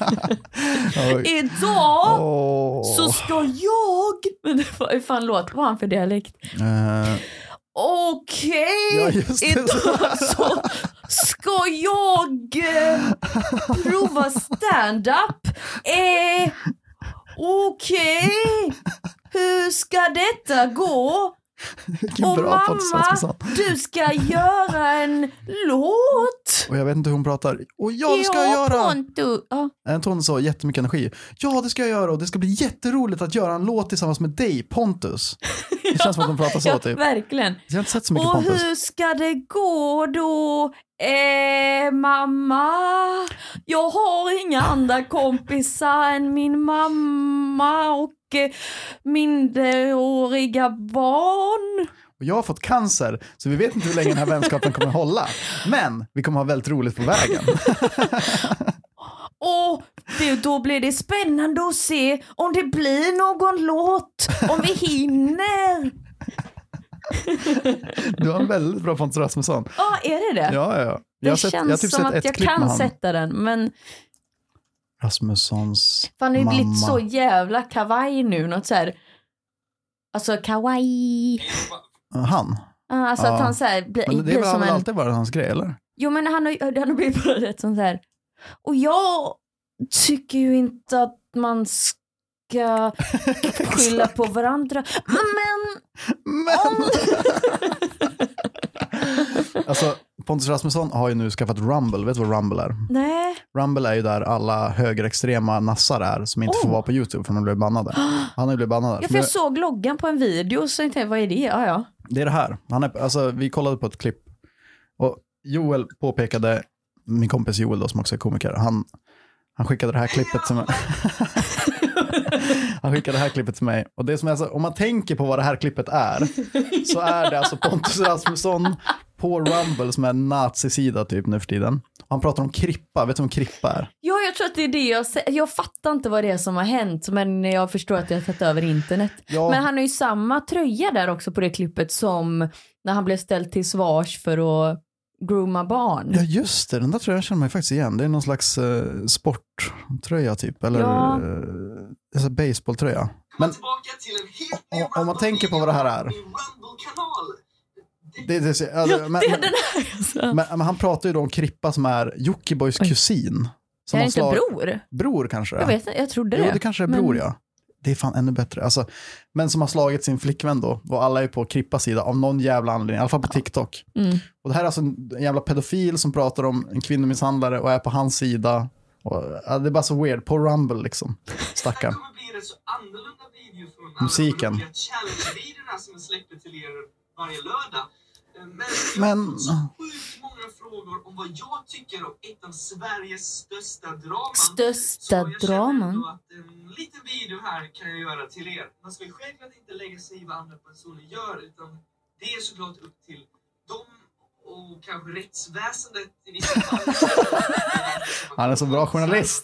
Idag så ska jag... Men det var ju fan låt. Vad har han för dialekt? Okej, idag så ska jag prova stand-up. Okej, hur ska detta gå? Och mamma, du ska göra en låt. Och jag vet inte hur hon pratar. Och ja, det ska jag göra. Hon sa jättemycket energi. Ja, det ska jag göra och det ska bli jätteroligt att göra en låt tillsammans med dig, Pontus. Det känns som att de pratar så typ. Verkligen. Jag har inte sett så mycket och Pontus. Hur ska det gå då? Mamma, jag har inga andra kompisar än min mamma och minderåriga barn. Och jag har fått cancer, så vi vet inte hur länge den här vänskapen kommer att hålla. Men vi kommer ha väldigt roligt på vägen. Och då blir det spännande att se om det blir någon låt, om vi hinner. Du har en väldigt bra Pontus Rasmusson. Ja, är det? Ja. Det känns som att jag kan sätta den, men Rasmussons fan, det är mamma. blivit så jävla kawaii nu, något så här. Alltså kawaii. Han? Alltså att han så här blir men det har som väl en... alltid varit hans grej, eller? Jo, men han har blivit bara rätt sån här. Och jag tycker ju inte att man ska skylla på varandra. Men... Alltså, Pontus Rasmusson har ju nu skaffat Rumble. Vet du vad Rumble är? Nej. Rumble är ju där alla högerextrema nassar är som inte får vara på YouTube för de blev bannade. Han har ju blivit bannad. Ja, för jag såg loggan på en video så tänkte jag, vad är det? Ja. Det är det här. Vi kollade på ett klipp och Joel påpekade, min kompis Joel då, som också är komiker, han skickade det här klippet som han skickade det här klippet till mig. Och det som är alltså, om man tänker på vad det här klippet är, så är det alltså Pontus Rasmusson på Rumble som är en nazisida typ nu för tiden. Han pratar om krippa. Vet du vad krippa är? Ja, jag tror att det är det jag fattar inte vad det är som har hänt, men jag förstår att jag har tagit över internet. Ja. Men han har ju samma tröja där också på det klippet som när han blev ställd till svars för att grooma barn. Ja, just det. Den där tröjan känner man ju faktiskt igen. Det är någon slags sporttröja typ. Eller baseballtröja. Men om man tänker på vad det här är. Men han pratar ju då om Krippa som är Jockibois kusin. Som är det inte bror? Bror kanske. Jag trodde det. Jo, det kanske är bror, ja. Det är fan ännu bättre. Alltså, men som har slagit sin flickvän då. Och alla är på Krippas sida av någon jävla anledning. I alla fall på TikTok. Och det här är alltså en jävla pedofil som pratar om en kvinnomisshandlare och är på hans sida. Och, det är bara så weird. På Rumble liksom. Stackarn. Musiken. Challenge-videorna som släpper till er varje lördag. Men jag har fått så sjukt många frågor om vad jag tycker om ett av Sveriges största draman. Så jag känner ändå att en liten video här kan jag göra till er. Man ska ju självklart inte lägga sig i vad andra personer gör, utan det är såklart upp till dem och kanske rättsväsendet i vissa fall. Han är så bra journalist.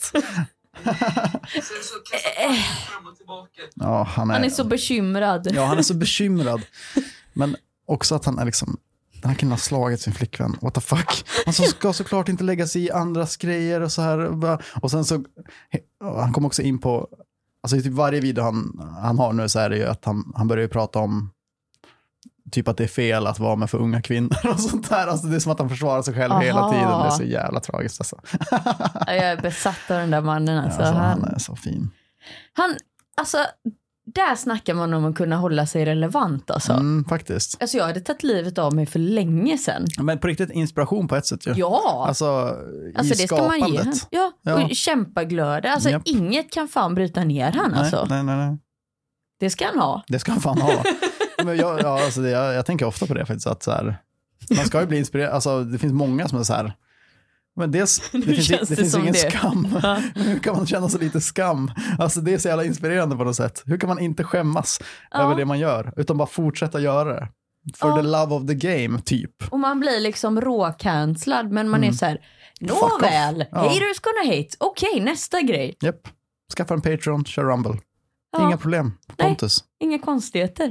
Sen så kastar man fram och tillbaka. Ja, han är så bekymrad. Ja, han är så bekymrad. Men också att han är liksom, den här killen har slagit sin flickvän. What the fuck? Han ska såklart inte lägga sig i andras grejer och så här. Och sen så, han kom också in på, alltså i typ varje video han har nu så är det ju att han börjar ju prata om typ att det är fel att vara med för unga kvinnor och sånt där. Alltså det är som att han försvarar sig själv hela tiden. Det är så jävla tragiskt alltså. Jag är besatt av den där mannen alltså. Ja, alltså han är så fin. Alltså där snackar man om att kunna hålla sig relevant alltså. Faktiskt. Alltså jag hade tagit livet av mig för länge sedan. Men på riktigt inspiration på ett sätt ju. Ja. Alltså det skapandet. ska man ge. Ja, och kämpaglöda. Alltså inget kan fan bryta ner han alltså. Nej. Det ska han ha. Det ska han fan ha. Men jag tänker ofta på det faktiskt, att så här, man ska ju bli inspirerad. Alltså det finns många som är så här. Men det finns ingen skam. Hur kan man känna så lite skam? Alltså det är så jävla inspirerande på något sätt. Hur kan man inte skämmas över det man gör, utan bara fortsätta göra det? For the love of the game, typ. Och man blir liksom råkanslad, men man är så här, nåväl, haters gonna hate. Okej, nästa grej. Japp. Skaffa en Patreon, kör Rumble. Inga problem. Pontus. Nej, inga konstigheter.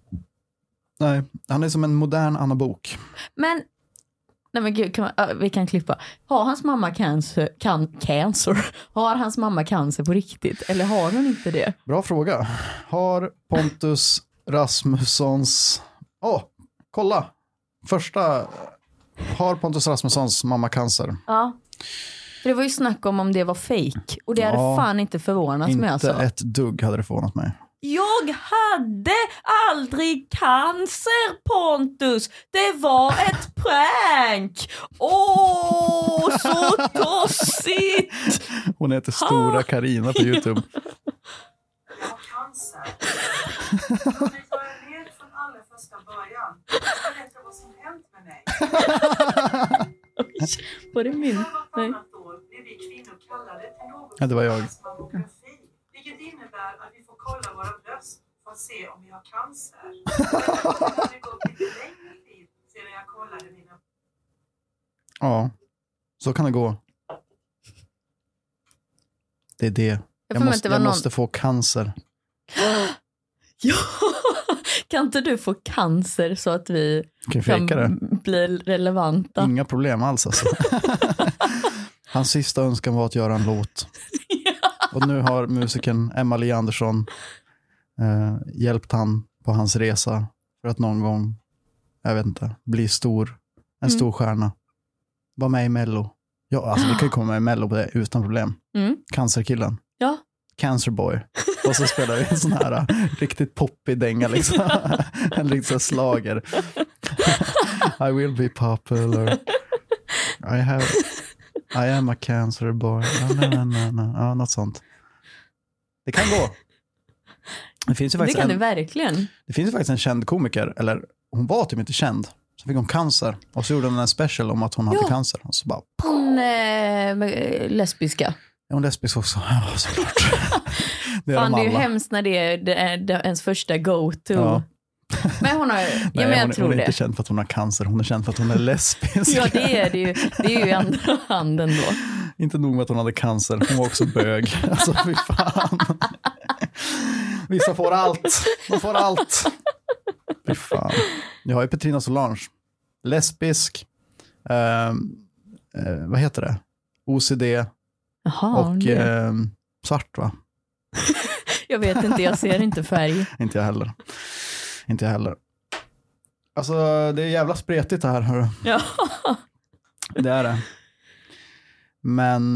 Nej, han är som en modern Anna Bok. Men gud, vi kan klippa. Har hans mamma cancer? Har hans mamma cancer på riktigt? Eller har hon inte det? Bra fråga. Har Pontus Rasmussons... kolla. Första. Har Pontus Rasmussons mamma cancer? Ja. För det var ju snack om det var fake. Och det hade fan inte förvånat mig alltså. Inte ett dugg hade det förvånat mig. Jag hade aldrig cancer, Pontus. Det var ett prank. Så tossigt. Hon heter Stora Karina på YouTube. Jag har cancer. Jag vill vara ner från allra första början. Berätta vad som hänt med mig. Var det min? Nej. År blir vi kvinnor kallade till något Ja, det var jag. mammografi. Vilket innebär att vi får kolla våra bröst för att se om vi har cancer. Det hade gått lite längre tid sedan jag kollade mina... Ja, så kan det gå. Det är det. Jag måste få cancer. Ja, kan inte du få cancer så att vi kan bli relevanta? Inga problem alls alltså. Hans sista önskan var att göra en låt. Och nu har musikern Emma-Li Andersson hjälpt han på hans resa för att någon gång, jag vet inte, bli stor. En stor stjärna. Var med i Mello. Ja, alltså vi kan ju komma med i Mello på det utan problem. Cancerkillen. Ja. Cancer Boy. Och så spelar vi en sån här riktigt poppig dänga liksom. En liksom slager. I will be popular. I am a cancer boy. No. Ja, något sånt. Det kan gå. Det finns ju faktiskt det verkligen. Det finns ju faktiskt en känd komiker, eller hon var typ inte känd. Så fick hon cancer. Och så gjorde hon en special om att hon hade cancer. Och så bara... Hon lesbiska. Ja, hon är lesbisk också. Ja, såklart. Det är ju hemskt när det är ens första go-to. Ja. Men hon har... hon är inte känd för att hon har cancer. Hon är känd för att hon är lesbisk. Ja, det är det ju. Det är ju i andra handen då. Inte nog med att hon hade cancer. Hon var också bög. Alltså, fy fan. Vissa får allt. De får allt. Fy fan. Jag har ju Petrina Solange. Lesbisk. Vad heter det? OCD. Jaha, och svart, va? Jag vet inte, jag ser inte färg. Inte jag heller. Alltså, det är jävla spretigt det här, hörru. Ja. Det är det. Men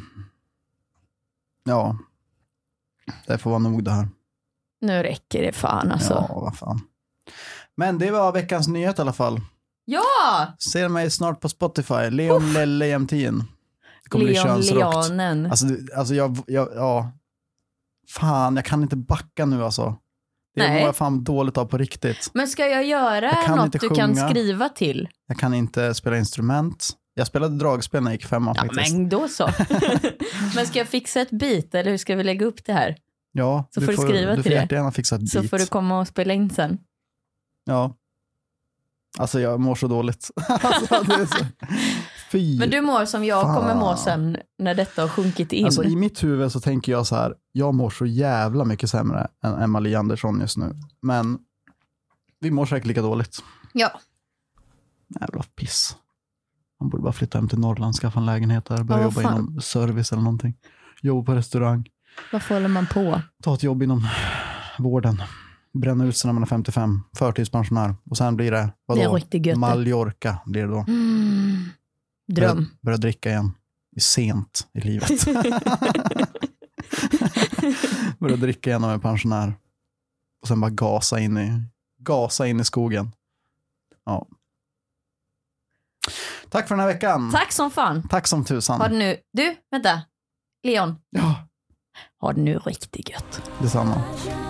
ja, det får vara nog det här. Nu räcker det fan alltså. Ja, vad fan. Men det var veckans nyhet i alla fall. Ja! Ser mig snart på Spotify. Leon Lelle Jämtin. Det kommer bli könsrockt. Leonen. Alltså ja. Fan, jag kan inte backa nu alltså. Det var fan dåligt av på riktigt. Men ska jag göra något du kan skriva till? Jag kan inte spela instrument. Jag spelade dragspel när jag gick 5 faktiskt. Men då så. Men ska jag fixa ett beat eller hur ska vi lägga upp det här? Ja, så får du skriva till det. Gärna fixa ett beat. Så får du komma och spela in sen. Ja. Alltså jag mår så dåligt. Alltså, det är så... Fy. Men du mår som jag kommer må sen när detta har sjunkit in. Alltså i mitt huvud så tänker jag så här, jag mår så jävla mycket sämre än Emma-Li Andersson just nu. Men vi mår säkert lika dåligt. Ja. Jävla piss. Man borde bara flytta hem till Norrland, skaffa en lägenhet där, börja jobba inom service eller någonting. Jobba på restaurang. Varför håller man på? Ta ett jobb inom vården. Bränna ut sig när man är 55. Förtidspensionär. Och sen blir det, vadå? Det Mallorca blir det då. Dröm. Börja dricka igen. Det är sent i livet. Börja dricka igen när man är pensionär. Och sen bara gasa in i skogen. Ja. Tack för den här veckan. Tack som fan. Tack som tusan. Har du nu... Du, vänta. Leon. Ja. Har du nu riktigt gött. Detsamma.